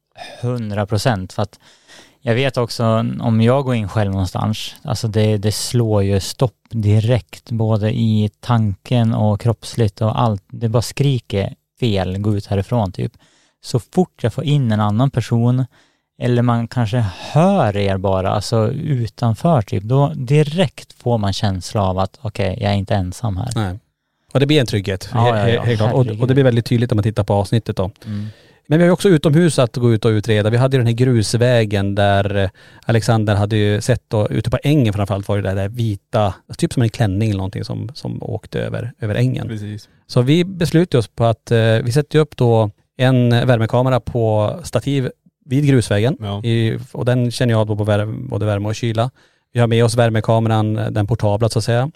100%, för att jag vet också om jag går in själv någonstans, alltså det slår ju stopp direkt, både i tanken och kroppsligt och allt. Det bara skriker fel, gå ut härifrån typ. Så fort jag får in en annan person, eller man kanske hör er bara, alltså utanför typ, då direkt får man känsla av att okej, jag är inte ensam här. Nej. Och det blir en trygghet. Ja, helt klart. Och det blir väldigt tydligt om man tittar på avsnittet då. Men vi har ju också utomhus att gå ut och utreda. Vi hade ju den här grusvägen där Alexander hade ju sett då, ute på ängen framförallt var det där vita, typ som en klänning eller någonting som åkte över ängen. Precis. Så vi beslutade oss på att vi sätter upp då en värmekamera på stativ vid grusvägen. Ja. Och den känner jag på både värme och kyla. Vi har med oss värmekameran, den portabla så att säga.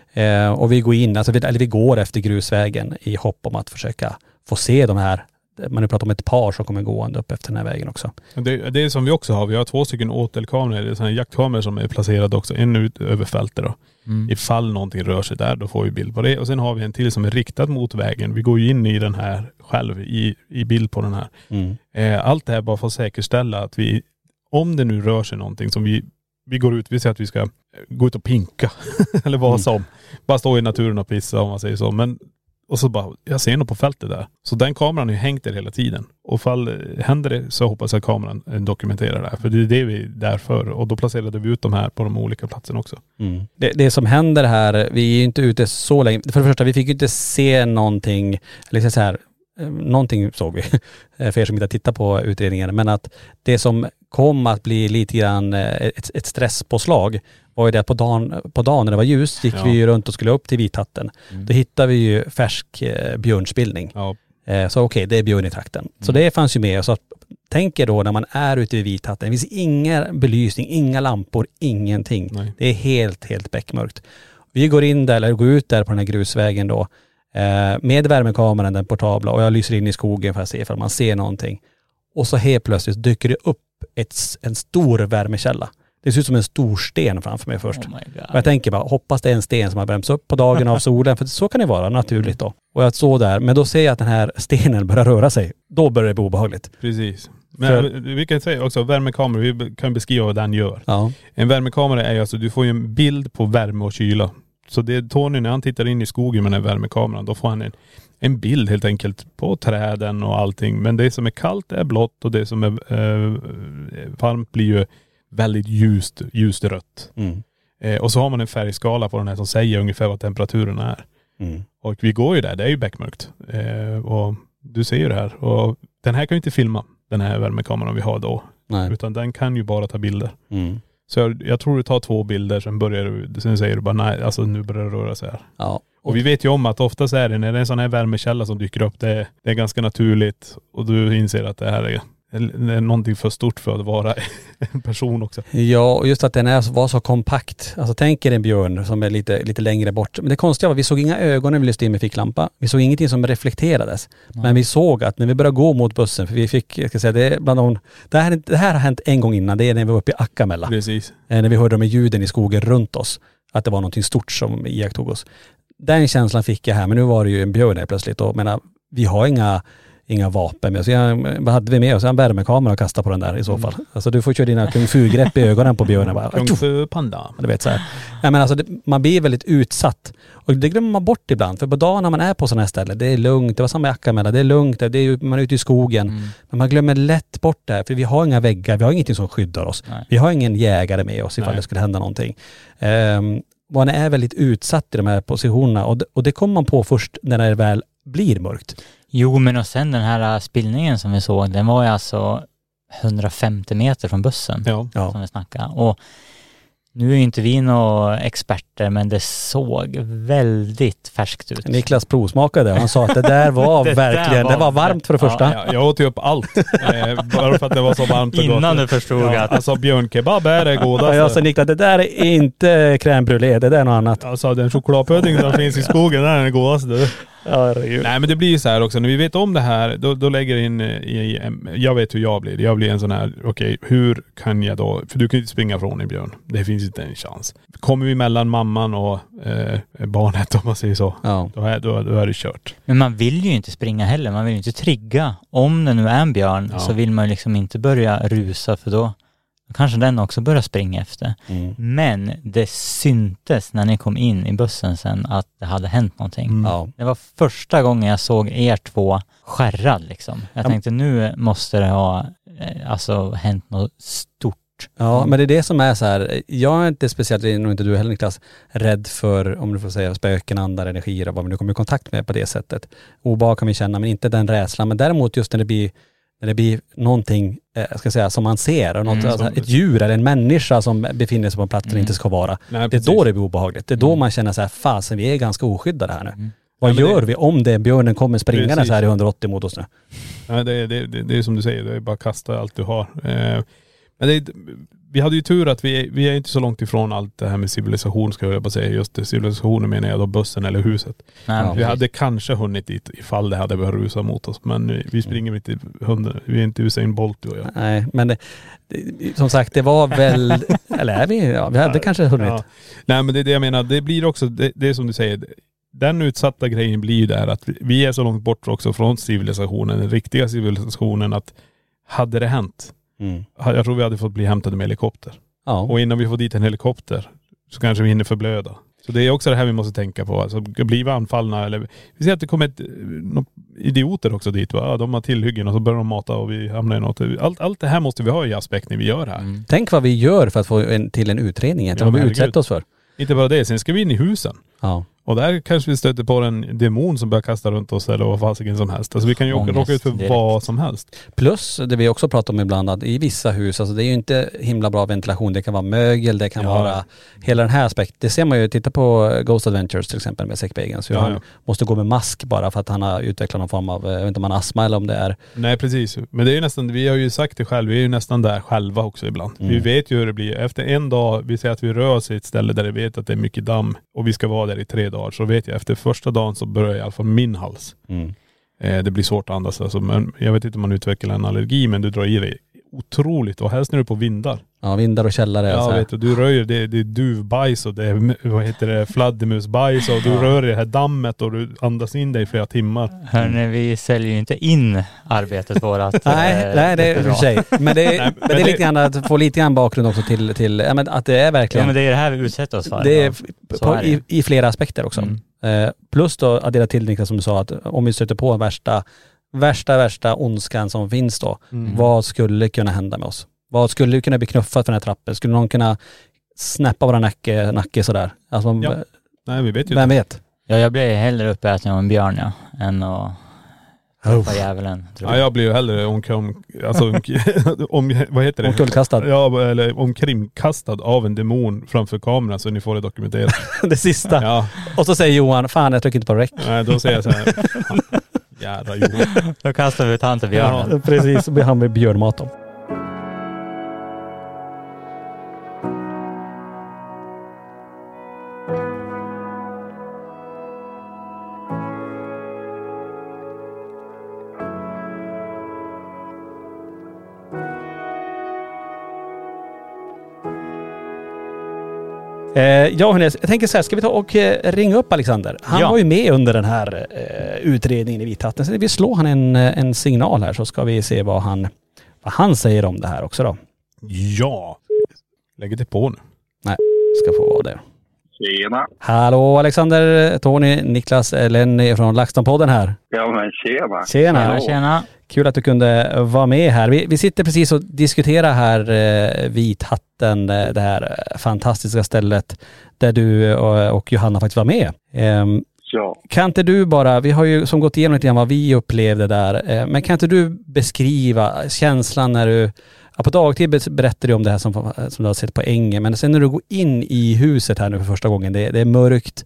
Och vi går in, vi går efter grusvägen i hopp om att försöka få se de här. Man har pratat om ett par som kommer gående upp efter den här vägen också. Det är som vi också har. Vi har 2 stycken åtelkameror, det är sådana jaktkameror som är placerade också. En ut över fältet då. Ifall någonting rör sig där, då får vi bild på det. Och sen har vi en till som är riktad mot vägen. Vi går ju in i den här själv, i bild på den här. Allt det här bara för att säkerställa att vi, om det nu rör sig någonting som vi går ut, vi säger att vi ska gå ut och pinka. Eller vad som. Bara stå i naturen och pissa om man säger så. Men och så bara, jag ser nog på fältet där. Så den kameran är hängt där hela tiden. Och fall händer det så hoppas jag att kameran dokumenterar det här. För det är det vi är där för. Och då placerade vi ut de här på de olika platserna också. Det som händer här, vi är inte ute så länge. För det första, vi fick ju inte se någonting, eller så här, någonting såg vi, för er som inte har tittat på utredningen. Men att det som kom att bli lite grann ett stresspåslag var ju det på dagen när det var ljus gick vi ju runt och skulle upp till Vithatten. Då hittade vi ju färsk björnspillning. Så okej, det är björn i trakten. Så det fanns ju med. Så att, tänk er då när man är ute vid Vithatten, det finns inga belysning, inga lampor, ingenting. Nej. Det är helt beckmörkt. Vi går in där, eller går ut där på den här grusvägen då med värmekameran, den portabla, och jag lyser in i skogen för att se ifall man ser någonting. Och så helt plötsligt dyker det upp en stor värmekälla. Det ser ut som en stor sten framför mig först. Och jag tänker bara, hoppas det är en sten som har värmts upp på dagen av solen, för så kan det vara naturligt då. Och jag såg där, men då ser jag att den här stenen börjar röra sig. Då börjar det bli obehagligt. Precis. Men vi kan säga också, värmekamera, vi kan beskriva vad den gör. Ja. En värmekamera är alltså, du får ju en bild på värme och kyla. Så det är Tony, när han tittar in i skogen med den här värmekameran, då får han en bild helt enkelt på träden och allting. Men det som är kallt är blått och det som är varmt blir ju väldigt ljust rött. Och så har man en färgskala på den här som säger ungefär vad temperaturen är. Och vi går ju där, det är ju beckmörkt. Och du ser ju det här. Och den här kan ju inte filma, den här värmekameran vi har då. Nej. Utan den kan ju bara ta bilder. Så jag tror du tar 2 bilder, sen säger du bara nej, alltså nu börjar det röra sig här. Ja. Och vi vet ju om att ofta så är det, när det är en sån här värmekälla som dyker upp, det är ganska naturligt. Och du inser att det här är någonting för stort för att vara en person också. Ja, och just att den var så kompakt. Alltså tänk er en björn som är lite längre bort. Men det konstiga var, vi såg inga ögon när vi lyste in med ficklampa. Vi såg ingenting som reflekterades. Men vi såg att när vi började gå mot bussen, för vi fick, jag ska säga, det är bland det här har hänt en gång innan. Det är när vi var uppe i Akkamella. Precis. När vi hörde de ljuden i skogen runt oss. Att det var någonting stort som iakttog oss. Den känslan fick jag här, men nu var det ju en björn här plötsligt. Och menar, vi har inga vapen med. Så vad hade vi med oss? En värmekamera och kasta på den där i så fall. Alltså du får köra dina kung fu-grepp i ögonen på björnen. Kung fu-panda. Du vet så här. Ja, men alltså man blir väldigt utsatt. Och det glömmer man bort ibland. För på dagen när man är på sådana här ställen, det är lugnt. Det var samma jacka med det är lugnt. Man är ute i skogen. Men man glömmer lätt bort det här. För vi har inga väggar. Vi har ingenting som skyddar oss. Nej. Vi har ingen jägare med oss ifall det skulle hända någonting. Man är väldigt utsatt i de här positionerna. Och det kommer man på först när det väl blir mörkt. Jo, men och sen den här spillningen som vi såg, den var ju alltså 150 meter från bussen som vi snackade. Och nu är ju inte vi några experter, men det såg väldigt färskt ut. Niklas provsmakade det. Han sa att det där var verkligen, det var varmt för det första. Ja, jag åt ju upp allt. Bara för att det var så varmt och innan gott. Du förstod att... Alltså björnkebab är det godaste. Jag sa Niklas, det där är inte crème brûlée, det där är något annat. Alltså den chokladpudding som finns i skogen, den är den godaste. Nej, men det blir ju så här också, när vi vet om det här, då lägger in jag vet hur jag blir. Jag blir en sån här, okej, hur kan jag då, för du kan ju inte springa från en björn. Det finns inte en chans. Kommer vi mellan mamman och barnet, om man säger så, då är det kört. Men man vill ju inte springa heller, man vill ju inte trigga. Om det nu är en björn så vill man liksom inte börja rusa, för då kanske den också börjar springa efter. Men det syntes när ni kom in i bussen sen att det hade hänt någonting. Det var första gången jag såg er 2 skärrad liksom. Jag tänkte nu måste det ha hänt något stort. Ja, men det är det som är så här. Jag är inte speciellt, nog inte du heller Niklas, rädd för, om du får säga, spöken, andar, energier och vad vi nu kommer i kontakt med på det sättet. Obehag kan vi känna, men inte den rädslan. Men däremot just när det blir när det blir någonting, ska säga, som man ser. Och något, alltså, ett djur eller en människa som befinner sig på en plats där det inte ska vara. Nej, det är då det blir obehagligt. Det är då man känner så här, fasen vi är ganska oskyddade här nu. Vad gör vi om det björnen kommer springande så här i 180 mot oss nu? Ja, det är som du säger, det är bara att kasta allt du har. Men vi hade ju tur att vi är inte så långt ifrån allt det här med civilisation, ska jag bara säga. Just det, civilisationen menar jag då, bussen eller huset. Vi hade kanske hunnit dit ifall det hade börjat rusa mot oss. Men vi springer inte vi är inte Usain Bolt, du och jag. Nej, men det, som sagt, det var väl, eller är vi? Ja, vi hade kanske hunnit. Ja. Nej, men det är det jag menar. Det blir också, det är som du säger, den utsatta grejen blir ju där att vi är så långt bort också från civilisationen, den riktiga civilisationen, att hade det hänt, jag tror vi hade fått bli hämtade med helikopter. Ja. Och innan vi får dit en helikopter så kanske vi hinner förblöda. Så det är också det här vi måste tänka på. Alltså blir vi anfallna, eller vi ser att det kommer idioter också dit. Va? De har tillhyggen och så börjar de mata och vi hamnar i något. Allt det här måste vi ha i aspekt när vi gör det här. Tänk vad vi gör för att få till en utredning. Vad vi utsätter oss för. Inte bara det, sen ska vi in i husen. Ja. Och där kanske vi stöter på en demon som börjar kasta runt oss eller vad fasiken som helst. Alltså vi kan ju råka ut för direkt. Vad som helst. Plus det vi också pratar om ibland, att i vissa hus, alltså det är ju inte himla bra ventilation. Det kan vara mögel, det kan vara hela den här aspekten. Det ser man ju, titta på Ghost Adventures till exempel med Zach Bagans. Så han måste gå med mask bara för att han har utvecklat någon form av, jag vet inte om han astma eller om det är. Nej precis, men det är ju nästan, vi har ju sagt det själv, vi är ju nästan där själva också ibland. Vi vet ju hur det blir. Efter en dag, vi säger att vi rör oss i ett ställe där vi vet att det är mycket damm och vi ska vara där i 3 dagar, så vet jag efter första dagen så börjar i alla fall min hals. Det blir svårt att andas. Alltså, men jag vet inte om man utvecklar en allergi, men du drar i dig otroligt. Och helst när du är på vindar. Ja, vindar och källare. Ja, vet du rör det är duvbajs och det är fladdermusbajs och du rör i det här dammet och du andas in dig i flera timmar. Hörrni, vi säljer ju inte in arbetet vårat. Nej, det är för sig. Men det är lite grann att få lite grann bakgrund också till att det är verkligen. Ja, men det är det här vi utsätter oss för. Det är i flera aspekter också. Plus då addera till Niklas som du sa, att om vi stöter på värsta ondskan som finns då, vad skulle kunna hända med oss? Vad skulle kunna bli knuffat för den här trappen? Skulle någon kunna snäppa våra nacke sådär? Alltså, nej, vi vet ju. Vem vet? Ja, jag blir hellre uppäten av en björn än att träffa djävulen. Ja, jag blir ju hellre vad heter det? Omkullkastad. Ja, eller omkringkastad av en demon framför kameran så ni får det dokumenterat. Det sista. Ja. Och så säger Johan, fan jag trycker inte på rec. Nej, då säger jag så här. Jävla Johan. Då kastar vi tant till björnen. Ja, precis, så blir han med björnmat då. Ja hörni, jag tänker så här, ska vi ta och ringa upp Alexander? Han var ju med under den här utredningen i Vithatten. Så vi slår han en signal här så ska vi se vad han säger om det här också då. Ja. Lägger det på nu. Nej, ska få vara det. Tjena. Hallå Alexander, Tony, Niklas, Lenny från LaxTon-podden här. Ja men tjena. Tjena. Kul att du kunde vara med här. Vi sitter precis och diskuterar här Vithatten, det här fantastiska stället där du och Johanna faktiskt var med. Ja. Kan inte du bara, vi har ju som gått igenom lite grann vad vi upplevde där, men kan inte du beskriva känslan när du, på dagtid berättade du om det här som du har sett på ängen, men sen när du går in i huset här nu för första gången, det är mörkt,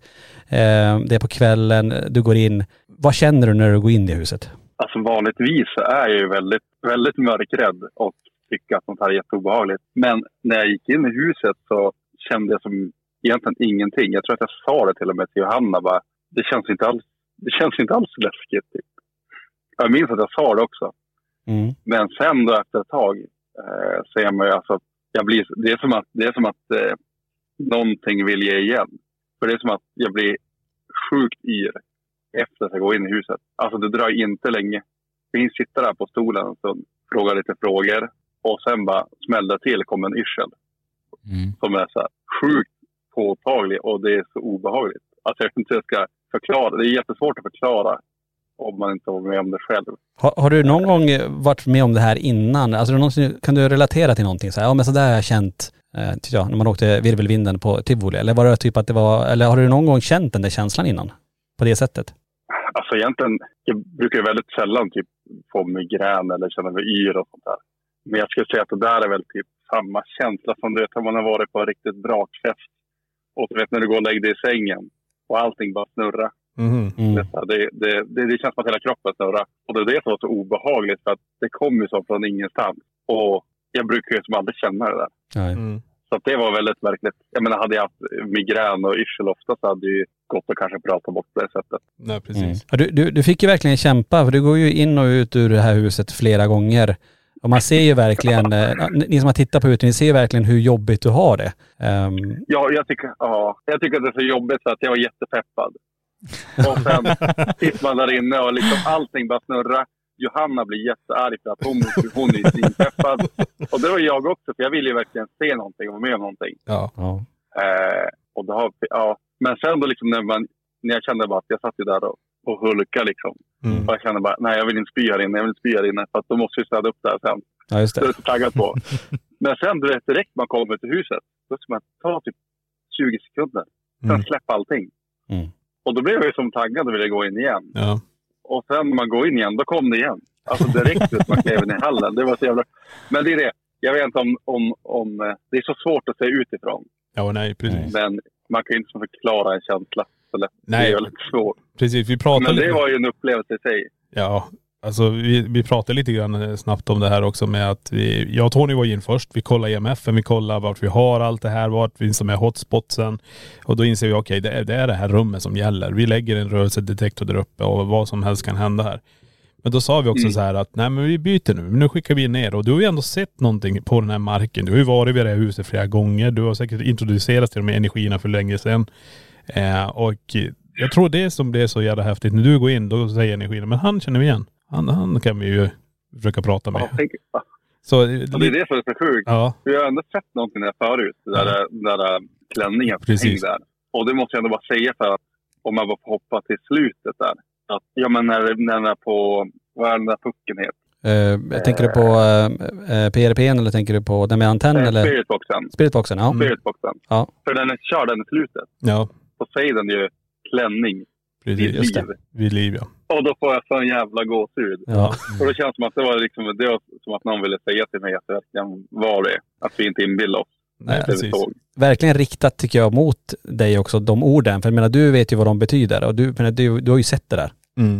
det är på kvällen, du går in. Vad känner du när du går in i huset? Alltså vanligtvis är jag ju väldigt, väldigt mörkrädd och tycker att sånt här är jätteobehagligt. Men när jag gick in i huset så kände jag som egentligen ingenting. Jag tror att jag sa det till och med till Johanna bara, det känns inte alls läskigt. Typ. Jag minns att jag sa det också. Men sen då efter ett tag så är man ju alltså, det är som att någonting vill ge igen. För det är som att jag blir sjukt yr efter att jag går in i huset. Alltså det drar inte länge. Vi sitter där på stolen och frågar lite frågor. Och sen bara smällde till, kom en yrsel. Som är så här sjukt påtaglig och det är så obehagligt. Alltså jag vet inte hur jag ska förklara. Det är jättesvårt att förklara om man inte var med om det själv. Har du någon gång varit med om det här innan? Alltså kan du relatera till någonting? Så här, ja men så där har jag känt när man åkte virvelvinden på Tivoli. Eller var det typ att det var, eller har du någon gång känt den där känslan innan? På det sättet? Alltså egentligen, jag brukar väldigt sällan typ få migrän eller känna mig yr och sånt där. Men jag skulle säga att det där är väl typ samma känsla som du vet om man har varit på en riktigt brakfest. Och du vet när du går och lägger dig i sängen och allting bara snurrar. Det känns som att hela kroppen snurrar. Och det är det som var så obehagligt för att det kommer ju så från ingenstans. Och jag brukar ju som aldrig känna det där. Så att det var väldigt verkligt. Jag menar, hade jag haft migrän och yrsel ofta så hade ju gått och kanske prata bort på det sättet. Nej, precis. Ja, du fick ju verkligen kämpa, för du går ju in och ut ur det här huset flera gånger. Och man ser ju verkligen, ni som har tittat på huset, ni ser ju verkligen hur jobbigt du har det. Ja, jag tycker att det är så jobbigt så att jag var jättepeppad. Och sen sitter man där inne och liksom allting bara snurrar. Johanna blir jättearg för att hon är svinpeppad. Och det var jag också, för jag ville ju verkligen se någonting och vara med om någonting. Ja. Och det har, men sen då liksom när jag kände bara att jag satt ju där och hulkade liksom. Och jag kände bara, nej jag vill inte spy här inne, för att då måste vi städa upp där sen. Ja, just det. Det är så taggad på. Men sen du vet, direkt man kommer till huset, då ska man ta typ 20 sekunder. Sen släppa allting. Och då blev jag ju som taggad och ville gå in igen. Ja. Och sen när man går in igen, då kom det igen. Alltså direkt ut man klev in i hallen. Det var så jävla... Men det är det. Jag vet inte om det är så svårt att se utifrån. Ja, nej, precis. Men man kan ju inte förklara en känsla. Så lätt. Nej. Det är väldigt svårt. Precis, vi pratade... Men det var ju en upplevelse i sig. Ja, alltså vi pratade lite grann snabbt om det här också med att jag och Tony var in först. Vi kollade EMF, vi kollade vart vi har allt det här, vart vi som är hotspotsen. Och då inser vi, okej, det är det här rummet som gäller. Vi lägger en rörelsedetektor där uppe och vad som helst kan hända här. Men då sa vi också så här att nej men vi byter nu skickar vi ner. Och du har ju ändå sett någonting på den här marken. Du har ju varit vid det här huset flera gånger. Du har säkert introducerats till de här energierna för länge sedan. Och jag tror det som det är så jävla häftigt. När du går in, då säger energierna, men han känner vi igen. Han kan vi ju försöka prata med. Så det är det som är så sjukt. Ja. Jag har ändå sett någonting där förut. Där klänningen hängde där. Och det måste jag ändå bara säga, för att om man bara får hoppa till slutet där. Att, ja men när den är på, vad är den där pucken heter? Tänker du på PRP:n eller tänker du på den med antenn? Eller? Spiritboxen, ja. Spiritboxen. Ja. För den är körd den i slutet. Ja. Så säger den ju klänning. Precis, just det. Vid liv, ja. Och då får jag så en jävla gåshud. Ja. Och det känns som att det var som att någon ville säga till mig att det verkligen var det. Att vi inte inbillade oss. Nej, precis. Verkligen riktat tycker jag mot dig också, de orden. För jag menar, du vet ju vad de betyder. Och du har ju sett det där.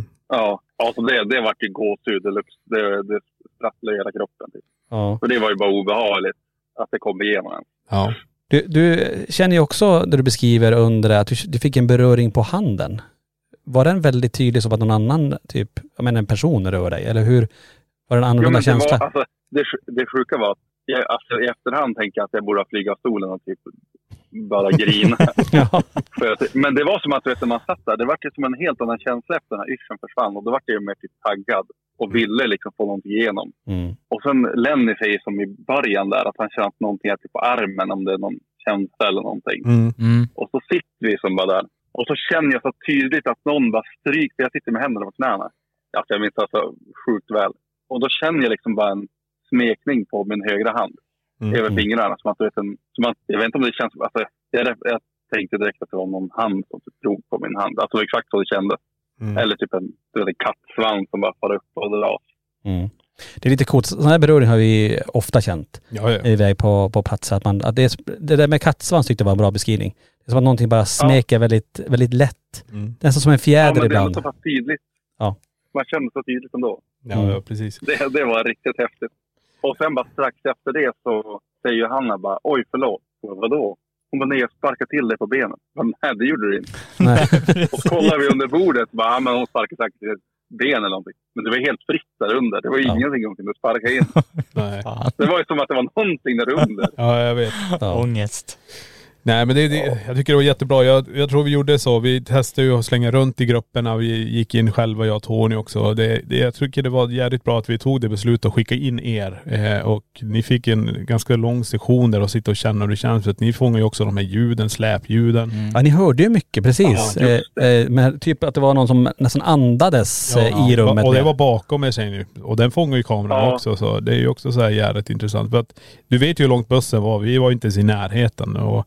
Ja, alltså det var ju gåshud. Det sprattlade i hela kroppen. Typ. Ja. Och det var ju bara obehagligt att det kom igenom en. Ja. Du känner ju också, där du beskriver under att du fick en beröring på handen. Var den väldigt tydlig som att någon annan typ, jag menar en person rör dig? Eller hur? Var det en annorlunda känsla? Alltså, det sjuka var att i efterhand tänker jag att jag borde ha flygit av stolen och typ bara grina. Ja. Men det var som att när man satt där, det var som en helt annan känsla efter den här yrseln försvann. Och då var jag mer typ taggad och ville liksom få någonting igenom. Och sen Lenny säger som i början där att han känt någonting typ på armen, om det är någon känsla eller någonting. Och så sitter vi som bara där. Och så känner jag så tydligt att någon bara stryker. Jag sitter med händerna på knäna. Alltså jag minns alltså sjukt väl. Och då känner jag liksom bara en smekning på min högra hand. Över fingrarna. Jag vet inte om det känns... Alltså, jag tänkte direkt att det var någon hand som drog på min hand. Alltså exakt så det kändes. Eller typ en kattsvans som bara far upp och dras. Det är lite coolt. Sån här beröring har vi ofta känt. Iväg på platser. Att det där med kattsvans tyckte jag var en bra beskrivning. Det är som att någonting bara smeker väldigt, väldigt lätt. Nästan som en fjäder ibland. Det är så pass tydligt. Ja. Man kände så tydligt ändå. Ja, precis. Det var riktigt häftigt. Och sen bara strax efter det så säger Johanna bara, oj förlåt. Vadå? Hon var ner och sparkade till dig på benen. Nej, det gjorde du inte. Nej. Och så kollar vi under bordet. Bara, men hon sparkade säkert till ben eller någonting. Men det var helt fritt där under. Det var ingenting hon kunde sparka in. Nej. Det var ju som att det var någonting där under. Ja, jag vet. Ångest. Nej men jag tycker det var jättebra. Jag tror vi gjorde så. Vi testade ju att slänga runt i grupperna. Vi gick in själva, jag och Tony också. Jag tycker det var jävligt bra att vi tog det beslutet att skicka in er. Och ni fick en ganska lång session där och sitta och känna hur det känns. För att ni fångar ju också de här ljuden, släpljuden. Ja, ni hörde ju mycket, precis. Men typ att det var någon som nästan andades i rummet. Och det var bakom mig säger ni. Och den fångar ju kameran också. Så det är ju också så här jävligt intressant. För att du vet ju hur långt bussen var. Vi var inte ens i närheten. Och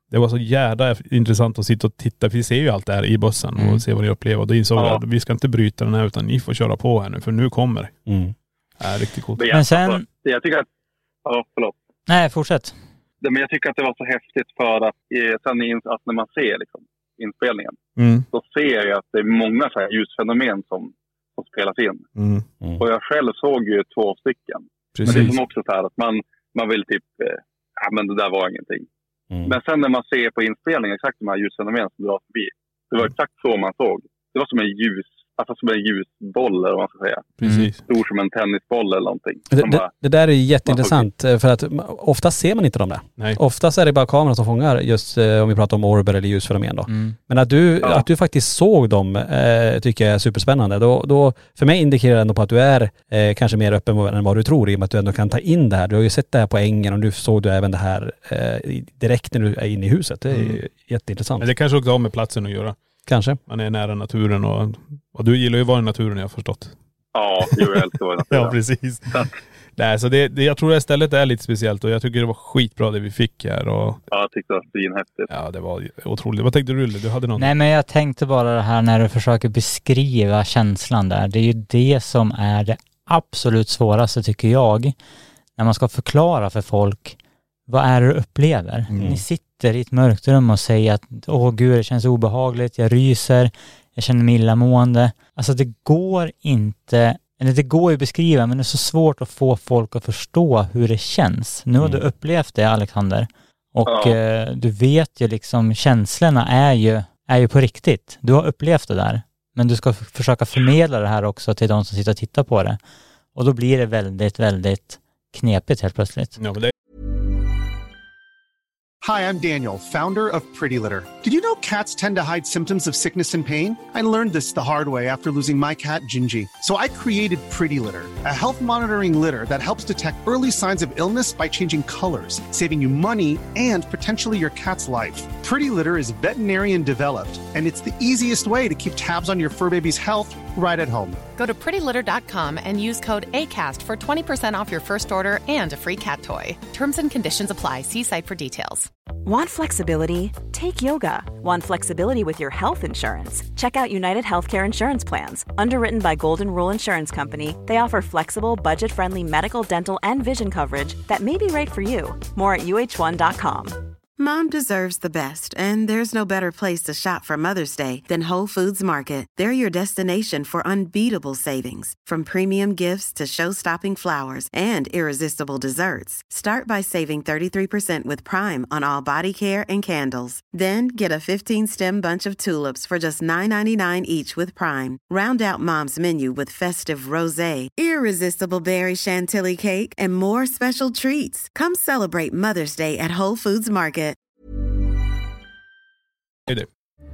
Det var så jävla intressant att sitta och titta. För vi ser ju allt det här i bussen och se vad ni upplever. Och då insåg jag att vi ska inte bryta den här utan ni får köra på här nu. För nu kommer det. Ja, riktigt coolt. Men sen... Jag tycker att... Ja, förlåt. Nej, fortsätt. Men jag tycker att det var så häftigt för att sen att när man ser liksom, inspelningen så ser jag att det är många så här ljusfenomen som spelas in. Och jag själv såg ju 2 stycken. Precis. Men det är som också så här att man vill typ men det där var ingenting. Men sen när man ser på inspelningen exakt de här ljusfenomen som dras förbi, det var exakt så man såg. Det var som en ljusboll eller vad man ska säga. Precis. Stor som en tennisboll eller någonting. Det där är jätteintressant för att ofta ser man inte dem där. Nej. Oftast är det bara kameran som fångar just om vi pratar om orber eller ljusfenomen då. Men att du faktiskt såg dem tycker jag är superspännande. Då för mig indikerar det ändå på att du är kanske mer öppen än vad du tror i och med att du ändå kan ta in det här. Du har ju sett det här på ängen och nu såg du även det här direkt när du är inne i huset. Det är ju jätteintressant. Men det kanske också har med platsen att göra. Kanske. Man är nära naturen och du gillar ju att vara i naturen, jag har förstått. Ja, jag älskar att vara i naturen. Ja, precis. Nej, så jag tror att stället är lite speciellt och jag tycker det var skitbra det vi fick här. Ja, jag tyckte det var svinhäftigt. Ja, det var otroligt. Vad tänkte du? Du hade något? Nej, men jag tänkte bara det här när du försöker beskriva känslan där. Det är ju det som är det absolut svåraste tycker jag. När man ska förklara för folk vad är det du upplever. Ni sitter i ett mörkt rum och säger att åh gud, det känns obehagligt, jag ryser, jag känner mig illamående. Alltså det går inte, eller det går ju att beskriva, men det är så svårt att få folk att förstå hur det känns. Nu har du upplevt det, Alexander. Och du vet ju liksom, känslorna är ju på riktigt. Du har upplevt det där. Men du ska försöka förmedla det här också till de som sitter och tittar på det. Och då blir det väldigt, väldigt knepigt helt plötsligt. Ja, men det... Hi, I'm Daniel, founder of Pretty Litter. Did you know cats tend to hide symptoms of sickness and pain? I learned this the hard way after losing my cat, Gingy. So I created Pretty Litter, a health monitoring litter that helps detect early signs of illness by changing colors, saving you money and potentially your cat's life. Pretty Litter is veterinarian developed, and it's the easiest way to keep tabs on your fur baby's health right at home. Go to prettylitter.com and use code ACAST for 20% off your first order and a free cat toy. Terms and conditions apply. See site for details. Want flexibility? Take yoga. Want flexibility with your health insurance? Check out United Healthcare Insurance Plans. Underwritten by Golden Rule Insurance Company, they offer flexible, budget-friendly medical, dental, and vision coverage that may be right for you. More at uh1.com. Mom deserves the best, and there's no better place to shop for Mother's Day than Whole Foods Market. They're your destination for unbeatable savings, from premium gifts to show-stopping flowers and irresistible desserts. Start by saving 33% with Prime on all body care and candles. Then get a 15-stem bunch of tulips for just $9.99 each with Prime. Round out Mom's menu with festive rosé, irresistible berry chantilly cake, and more special treats. Come celebrate Mother's Day at Whole Foods Market. Det.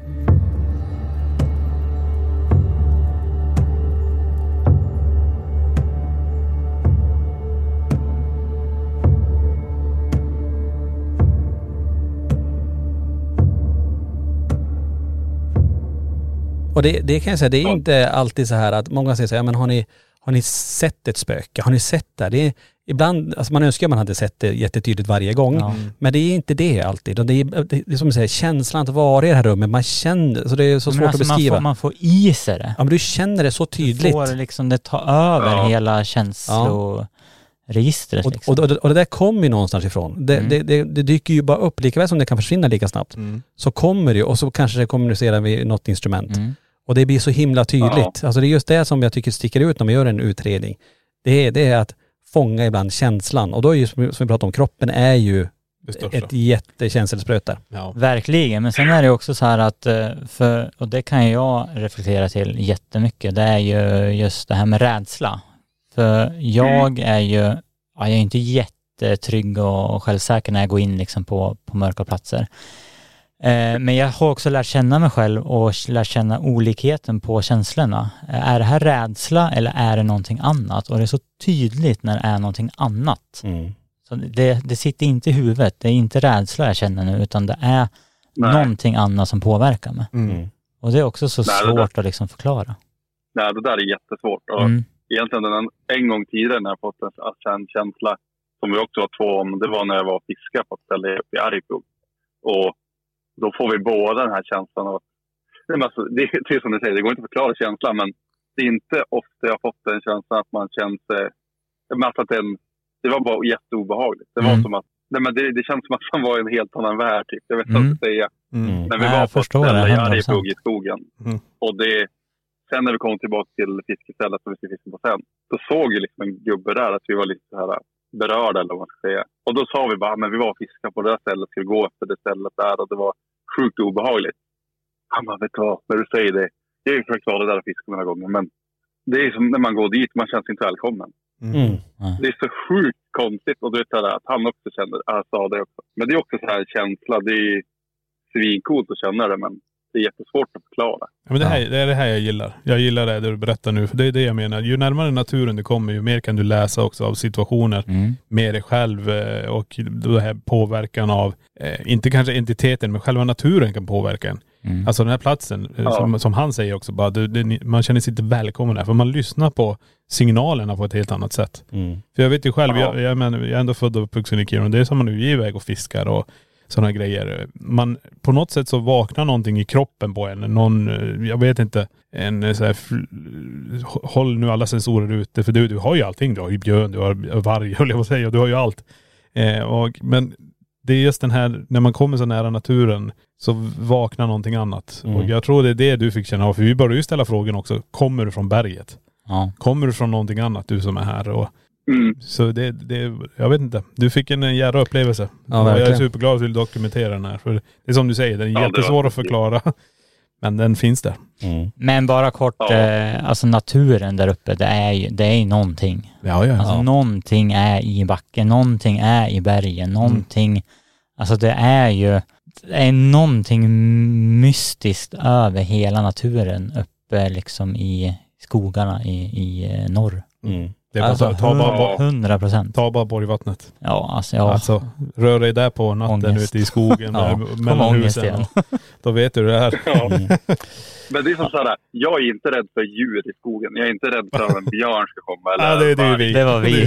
Och det kan jag säga, det är inte alltid så här att många säger så här, men har ni sett ett spöke? Har ni sett det? Ibland, alltså man önskar att man hade sett det jättetydligt varje gång. Ja. Men det är inte det alltid. Det är som du säger, känslan att vara i det här rummet. Man känner, så det är så svårt att beskriva. Man får i sig det. Ja, men du känner det så tydligt. Du får liksom det ta över hela känsloregistret. Liksom. Och det där kommer ju någonstans ifrån. Det dyker ju bara upp, lika väl som det kan försvinna lika snabbt. Så kommer det, och så kanske det kommunicerar med något instrument. Och det blir så himla tydligt. Alltså det är just det som jag tycker sticker ut när man gör en utredning. Det är att fånga ibland känslan. Och då är ju, som vi pratade om, kroppen är ju ett jättekänselspröt där. Ja. Verkligen, men sen är det också så här att, och det kan jag reflektera till jättemycket, det är ju just det här med rädsla. För jag är ju, jag är inte jättetrygg och självsäker när jag går in liksom på mörka platser. Men jag har också lärt känna mig själv och lärt känna olikheten på känslorna. Är det här rädsla eller är det någonting annat? Och det är så tydligt när det är någonting annat. Så det sitter inte i huvudet. Det är inte rädsla jag känner nu, utan det är någonting annat som påverkar mig. Och det är också så svårt att liksom förklara. Nej, det där är jättesvårt. Och egentligen en gång tidigare när jag fått en känsla som vi också var två om, det var när jag var och fiskade på ett ställe i Arjeplog. Och då får vi båda den här känslan av... Alltså, det är som du säger, det går inte att förklara känslan, men det är inte ofta jag har fått den känslan att man känner sig... Det var bara jätteobehagligt. Det var som att... Det känns som att man var i en helt annan värld, typ. Jag vet inte vad jag ska säga. När vi var på ett ställe i Arjeplog i skogen. Och sen när vi kom tillbaka till fiskestället som vi skulle fiska på sen, då såg ju liksom en gubbe där att vi var lite så här berörda, eller vad man ska säga. Och då sa vi bara, men vi var och fiskade på det där stället, skulle gå efter det stället där, och det var sjukt obehagligt. Han bara, vet du vad, när du säger det, jag har ju försökt vara det där och fiska några gånger, men det är som när man går dit, man känns inte välkommen. Det är så sjukt konstigt, och du vet att han också känner, han sa det också. Men det är också så här känsla, det är svincoolt att känna det, men det är jättesvårt att förklara. Ja, men det är det här jag gillar. Jag gillar det du berättar nu. För det är det jag menar. Ju närmare naturen du kommer, ju mer kan du läsa också av situationer med dig själv. Och det här påverkan av, inte kanske entiteten, men själva naturen kan påverka en. Alltså den här platsen, som han säger också, bara, man känner sig inte välkommen där. För man lyssnar på signalerna på ett helt annat sätt. För jag vet ju själv, jag är ändå född och uppvuxen i Kiruna. Det är som man nu är iväg och fiskar och sådana grejer. Man, på något sätt så vaknar någonting i kroppen på en. Någon, jag vet inte, en så här, håll nu alla sensorer ute. För du har ju allting. Du har ju björn, du har varg, höll jag på att säga. Du har ju allt. Men det är just den här, när man kommer så nära naturen så vaknar någonting annat. Och jag tror det är det du fick känna av. För vi började ju ställa frågan också. Kommer du från berget? Ja. Kommer du från någonting annat, du som är här? Och så det, jag vet inte. Du fick en jävla upplevelse. Ja, jag är superglad att du dokumenterar den här. För det är som du säger, den är jättesvår att förklara. Men den finns där. Men bara kort, alltså naturen där uppe, det är ju någonting. Alltså någonting är i backen, någonting är i bergen, någonting, alltså det är någonting mystiskt över hela naturen uppe liksom i skogarna i norr. Det är alltså, 100%. Ta bara Borgvattnet. Ja, alltså rör dig där på natten ute i skogen mellan husen. Då vet du det här. Men det är som sådär, jag är inte rädd för djur i skogen. Jag är inte rädd för att en björn ska komma. Eller det var vi.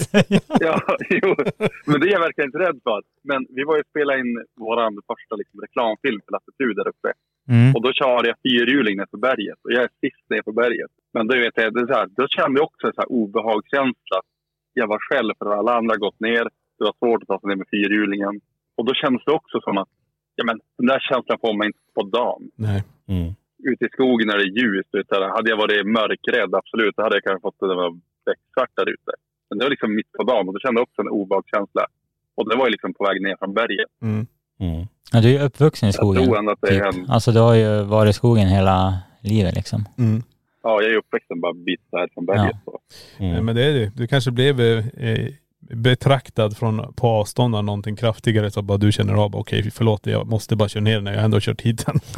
Men det är jag verkligen inte rädd för. Men vi var ju spela in våran första liksom, reklamfilm för Latitude där uppe. Och då körde jag fyrhjuling ner för berget. Och jag är sist ner på berget. Men då vet jag, det är så här, då kände jag också en så här obehagskänsla. Jag var själv för alla andra gått ner. Det var svårt att ta sig ner med fyrhjulingen. Och då kändes det också som att den där känslan får man inte på dagen. Nej. Ute i skogen när det är ljust. Hade jag varit mörkrädd, absolut. Då hade jag kanske fått det var becksvart där ute. Men det var liksom mitt på dagen. Och då kände jag också en obehagskänsla. Och det var ju liksom på väg ner från berget. Ja, du är uppvuxen i skogen. Jag tror ändå att det är Alltså du har ju varit i skogen hela livet liksom. Ja, jag är uppvuxen bara bit där från berget. Men det är det. Du kanske blev betraktad på avstånd av någonting kraftigare, så bara du känner av, okej, förlåt, jag måste bara köra ner när jag ändå kört hit den.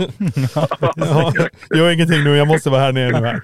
Jag har ingenting nu, jag måste vara här nere nu här.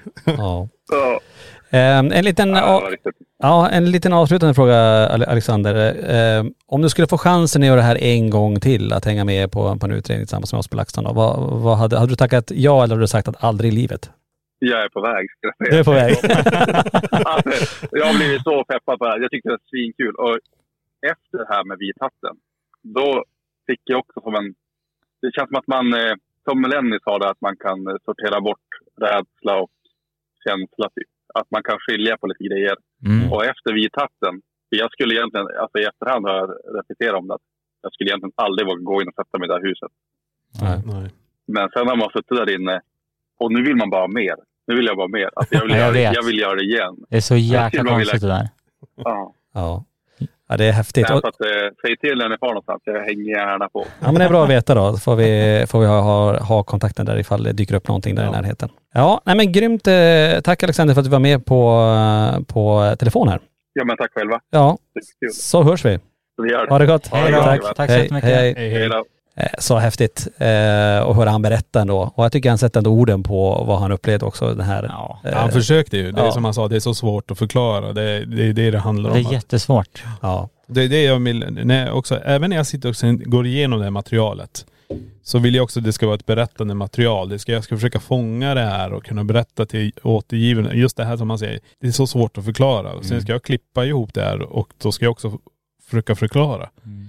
En liten avslutande fråga, Alexander. Om du skulle få chansen att göra det här en gång till, att hänga med på en utredning tillsammans med oss på LaxTon, vad hade du tackat ja, eller hade du sagt att aldrig i livet? Jag är på väg. Du är på väg. Jag har blivit så peppad på det här. Jag tyckte det var svinkul. Och efter det här med vithatten, då fick jag också det känns som att man, som Lenny sa det, att man kan sortera bort rädsla och känsla typ. Att man kan skilja på lite grejer. Och efter vithatten, jag skulle egentligen, alltså i efterhand har jag reflekterat om det. Jag skulle egentligen aldrig våga gå in och sätta mig i det här huset. Nej. Men sen har man suttit där inne och nu vill man bara mer. Nu vill jag bara mer. Alltså jag vill göra det igen. Det är så jäkla konstigt det där. Ja, det är häftigt. Så att, säg till när ni får någonstans. Jag hänger gärna på. Ja, men det är bra att veta då. Får vi ha kontakten där ifall det dyker upp någonting där i närheten. Ja, nej men grymt. Tack Alexander för att du var med på telefon här. Ja, men tack själva. Ja, så hörs vi. Ha det gott. Hej då. Tack så mycket. Hej då. Så häftigt att höra han berätta ändå. Och jag tycker han sätter ändå orden på vad han upplevde också. Den här, han försökte ju. Det är som han sa, det är så svårt att förklara. Det är det handlar om. Det är jättesvårt. Ja. Det är det jag vill, även när jag sitter och går igenom det här materialet, så vill jag också att det ska vara ett berättande material. Jag ska försöka fånga det här och kunna berätta till återgivaren. Just det här som man säger, det är så svårt att förklara. Sen ska jag klippa ihop det här och då ska jag också försöka förklara.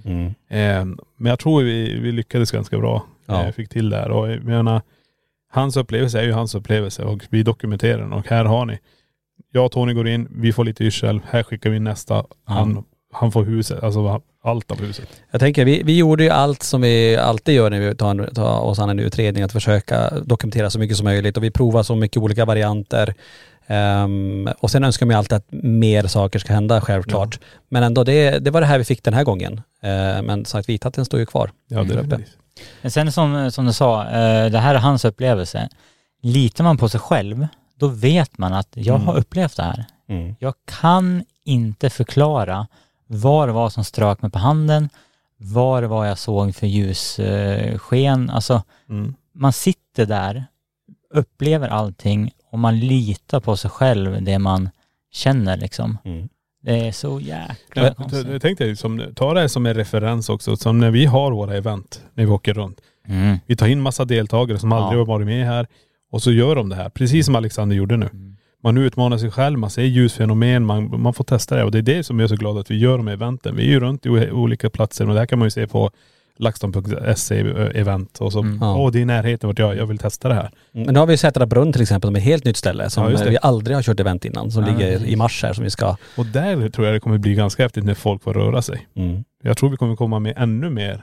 Men jag tror vi lyckades ganska bra. Fick till det här. Och jag menar, hans upplevelse är ju hans upplevelse och vi dokumenterar den. Och här har ni. Jag och Tony går in, vi får lite yrsel. Här skickar vi nästa. Han får huset, alltså allt av huset. Jag tänker, vi gjorde ju allt som vi alltid gör när vi tar oss an en utredning, att försöka dokumentera så mycket som möjligt och vi provar så mycket olika varianter. Och sen önskar man alltid att mer saker ska hända, självklart. Ja. Men ändå, det var det här vi fick den här gången. Men så att vithatten står ju kvar. Ja, det är det. Men sen som du sa, det här är hans upplevelse. Litar man på sig själv, då vet man att jag har upplevt det här. Jag kan inte förklara vad det var som strök mig på handen, vad det var jag såg för ljussken. Alltså, man sitter där, upplever allting och man litar på sig själv, det man känner liksom. Det är så jäkla konstigt. Jag tänkte, ta det som en referens också, som när vi har våra event, när vi åker runt. Vi tar in massa deltagare som aldrig har varit med här och så gör de det här, precis som Alexander gjorde nu. Man utmanar sig själv, man ser ljusfenomen, man får testa det och det är det som jag är så glad att vi gör de eventen. Vi är ju runt i olika platser och det här kan man ju se på LaxTon.se event och så, det är i närheten vart jag vill testa det här. Men nu har vi Sätra brunn till exempel, som är ett helt nytt ställe som vi aldrig har kört event innan, som ligger i mars här som vi ska. Och där tror jag det kommer bli ganska häftigt när folk får röra sig. Jag tror vi kommer komma med ännu mer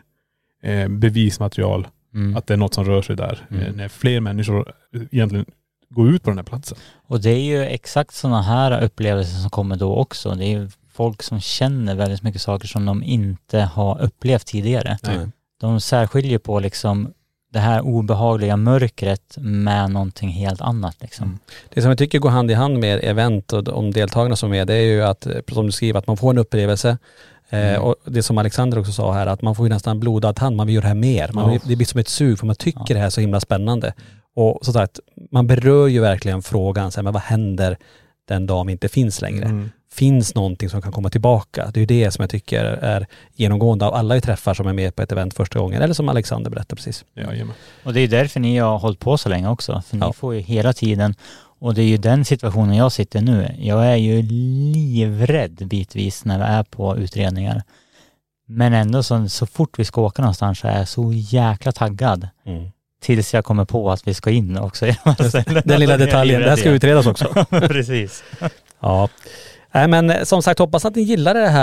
bevismaterial att det är något som rör sig där. När fler människor egentligen gå ut på den här platsen. Och det är ju exakt sådana här upplevelser som kommer då också. Det är ju folk som känner väldigt mycket saker som de inte har upplevt tidigare. De särskiljer på liksom det här obehagliga mörkret med någonting helt annat liksom. Det som jag tycker går hand i hand med event och de deltagarna som är, det är ju att, som du skriver, att man får en upplevelse. Och det som Alexander också sa här, att man får ju nästan blodad hand, man vill göra det här mer. Det blir som ett sug, för man tycker det här är så himla spännande. Och så att man berör ju verkligen frågan, så här, men vad händer den dag inte finns längre? Finns någonting som kan komma tillbaka? Det är ju det som jag tycker är genomgående av alla vi träffar som är med på ett event första gången. Eller som Alexander berättade precis. Och det är därför ni har hållit på så länge också. För ni får ju hela tiden, och det är ju den situationen jag sitter nu. Jag är ju livrädd bitvis när vi är på utredningar. Men ändå så fort vi ska åka någonstans så är jag så jäkla taggad. Tills jag kommer på att vi ska in också. Den lilla detaljen, det här ska utredas också. Precis. Ja. Nej, men som sagt, hoppas att ni gillar det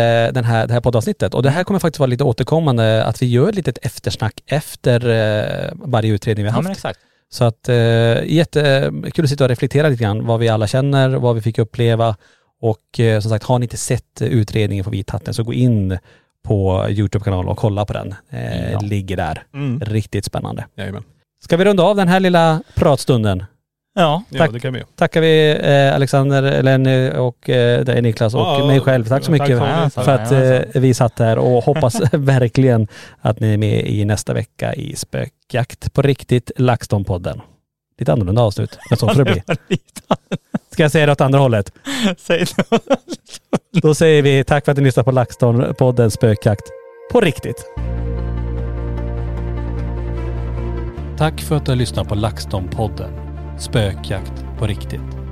här poddavsnittet. Och det här kommer faktiskt vara lite återkommande, att vi gör lite eftersnack efter varje utredning vi har haft. Men exakt. Så att jättekul att sitta och reflektera lite grann vad vi alla känner, vad vi fick uppleva. Och som sagt, har ni inte sett utredningen på Vithatten så gå in på YouTube-kanalen och kolla på den. Ligger där. Riktigt spännande. Jajamän. Ska vi runda av den här lilla pratstunden? Ja, det kan vi. Tackar vi Alexander, Lenny och dig Niklas och mig själv. Tack så mycket för att vi satt här, och hoppas verkligen att ni är med i nästa vecka i Spökjakt på riktigt, LaxTon-podden. Lite annorlunda avslut, men så får det bli. Ska jag säga det åt andra hållet? Säg det. Då säger vi tack för att ni lyssnar på LaxTon-podden Spökjakt på riktigt. Tack för att du har lyssnat på LaxTon-podden Spökjakt på riktigt.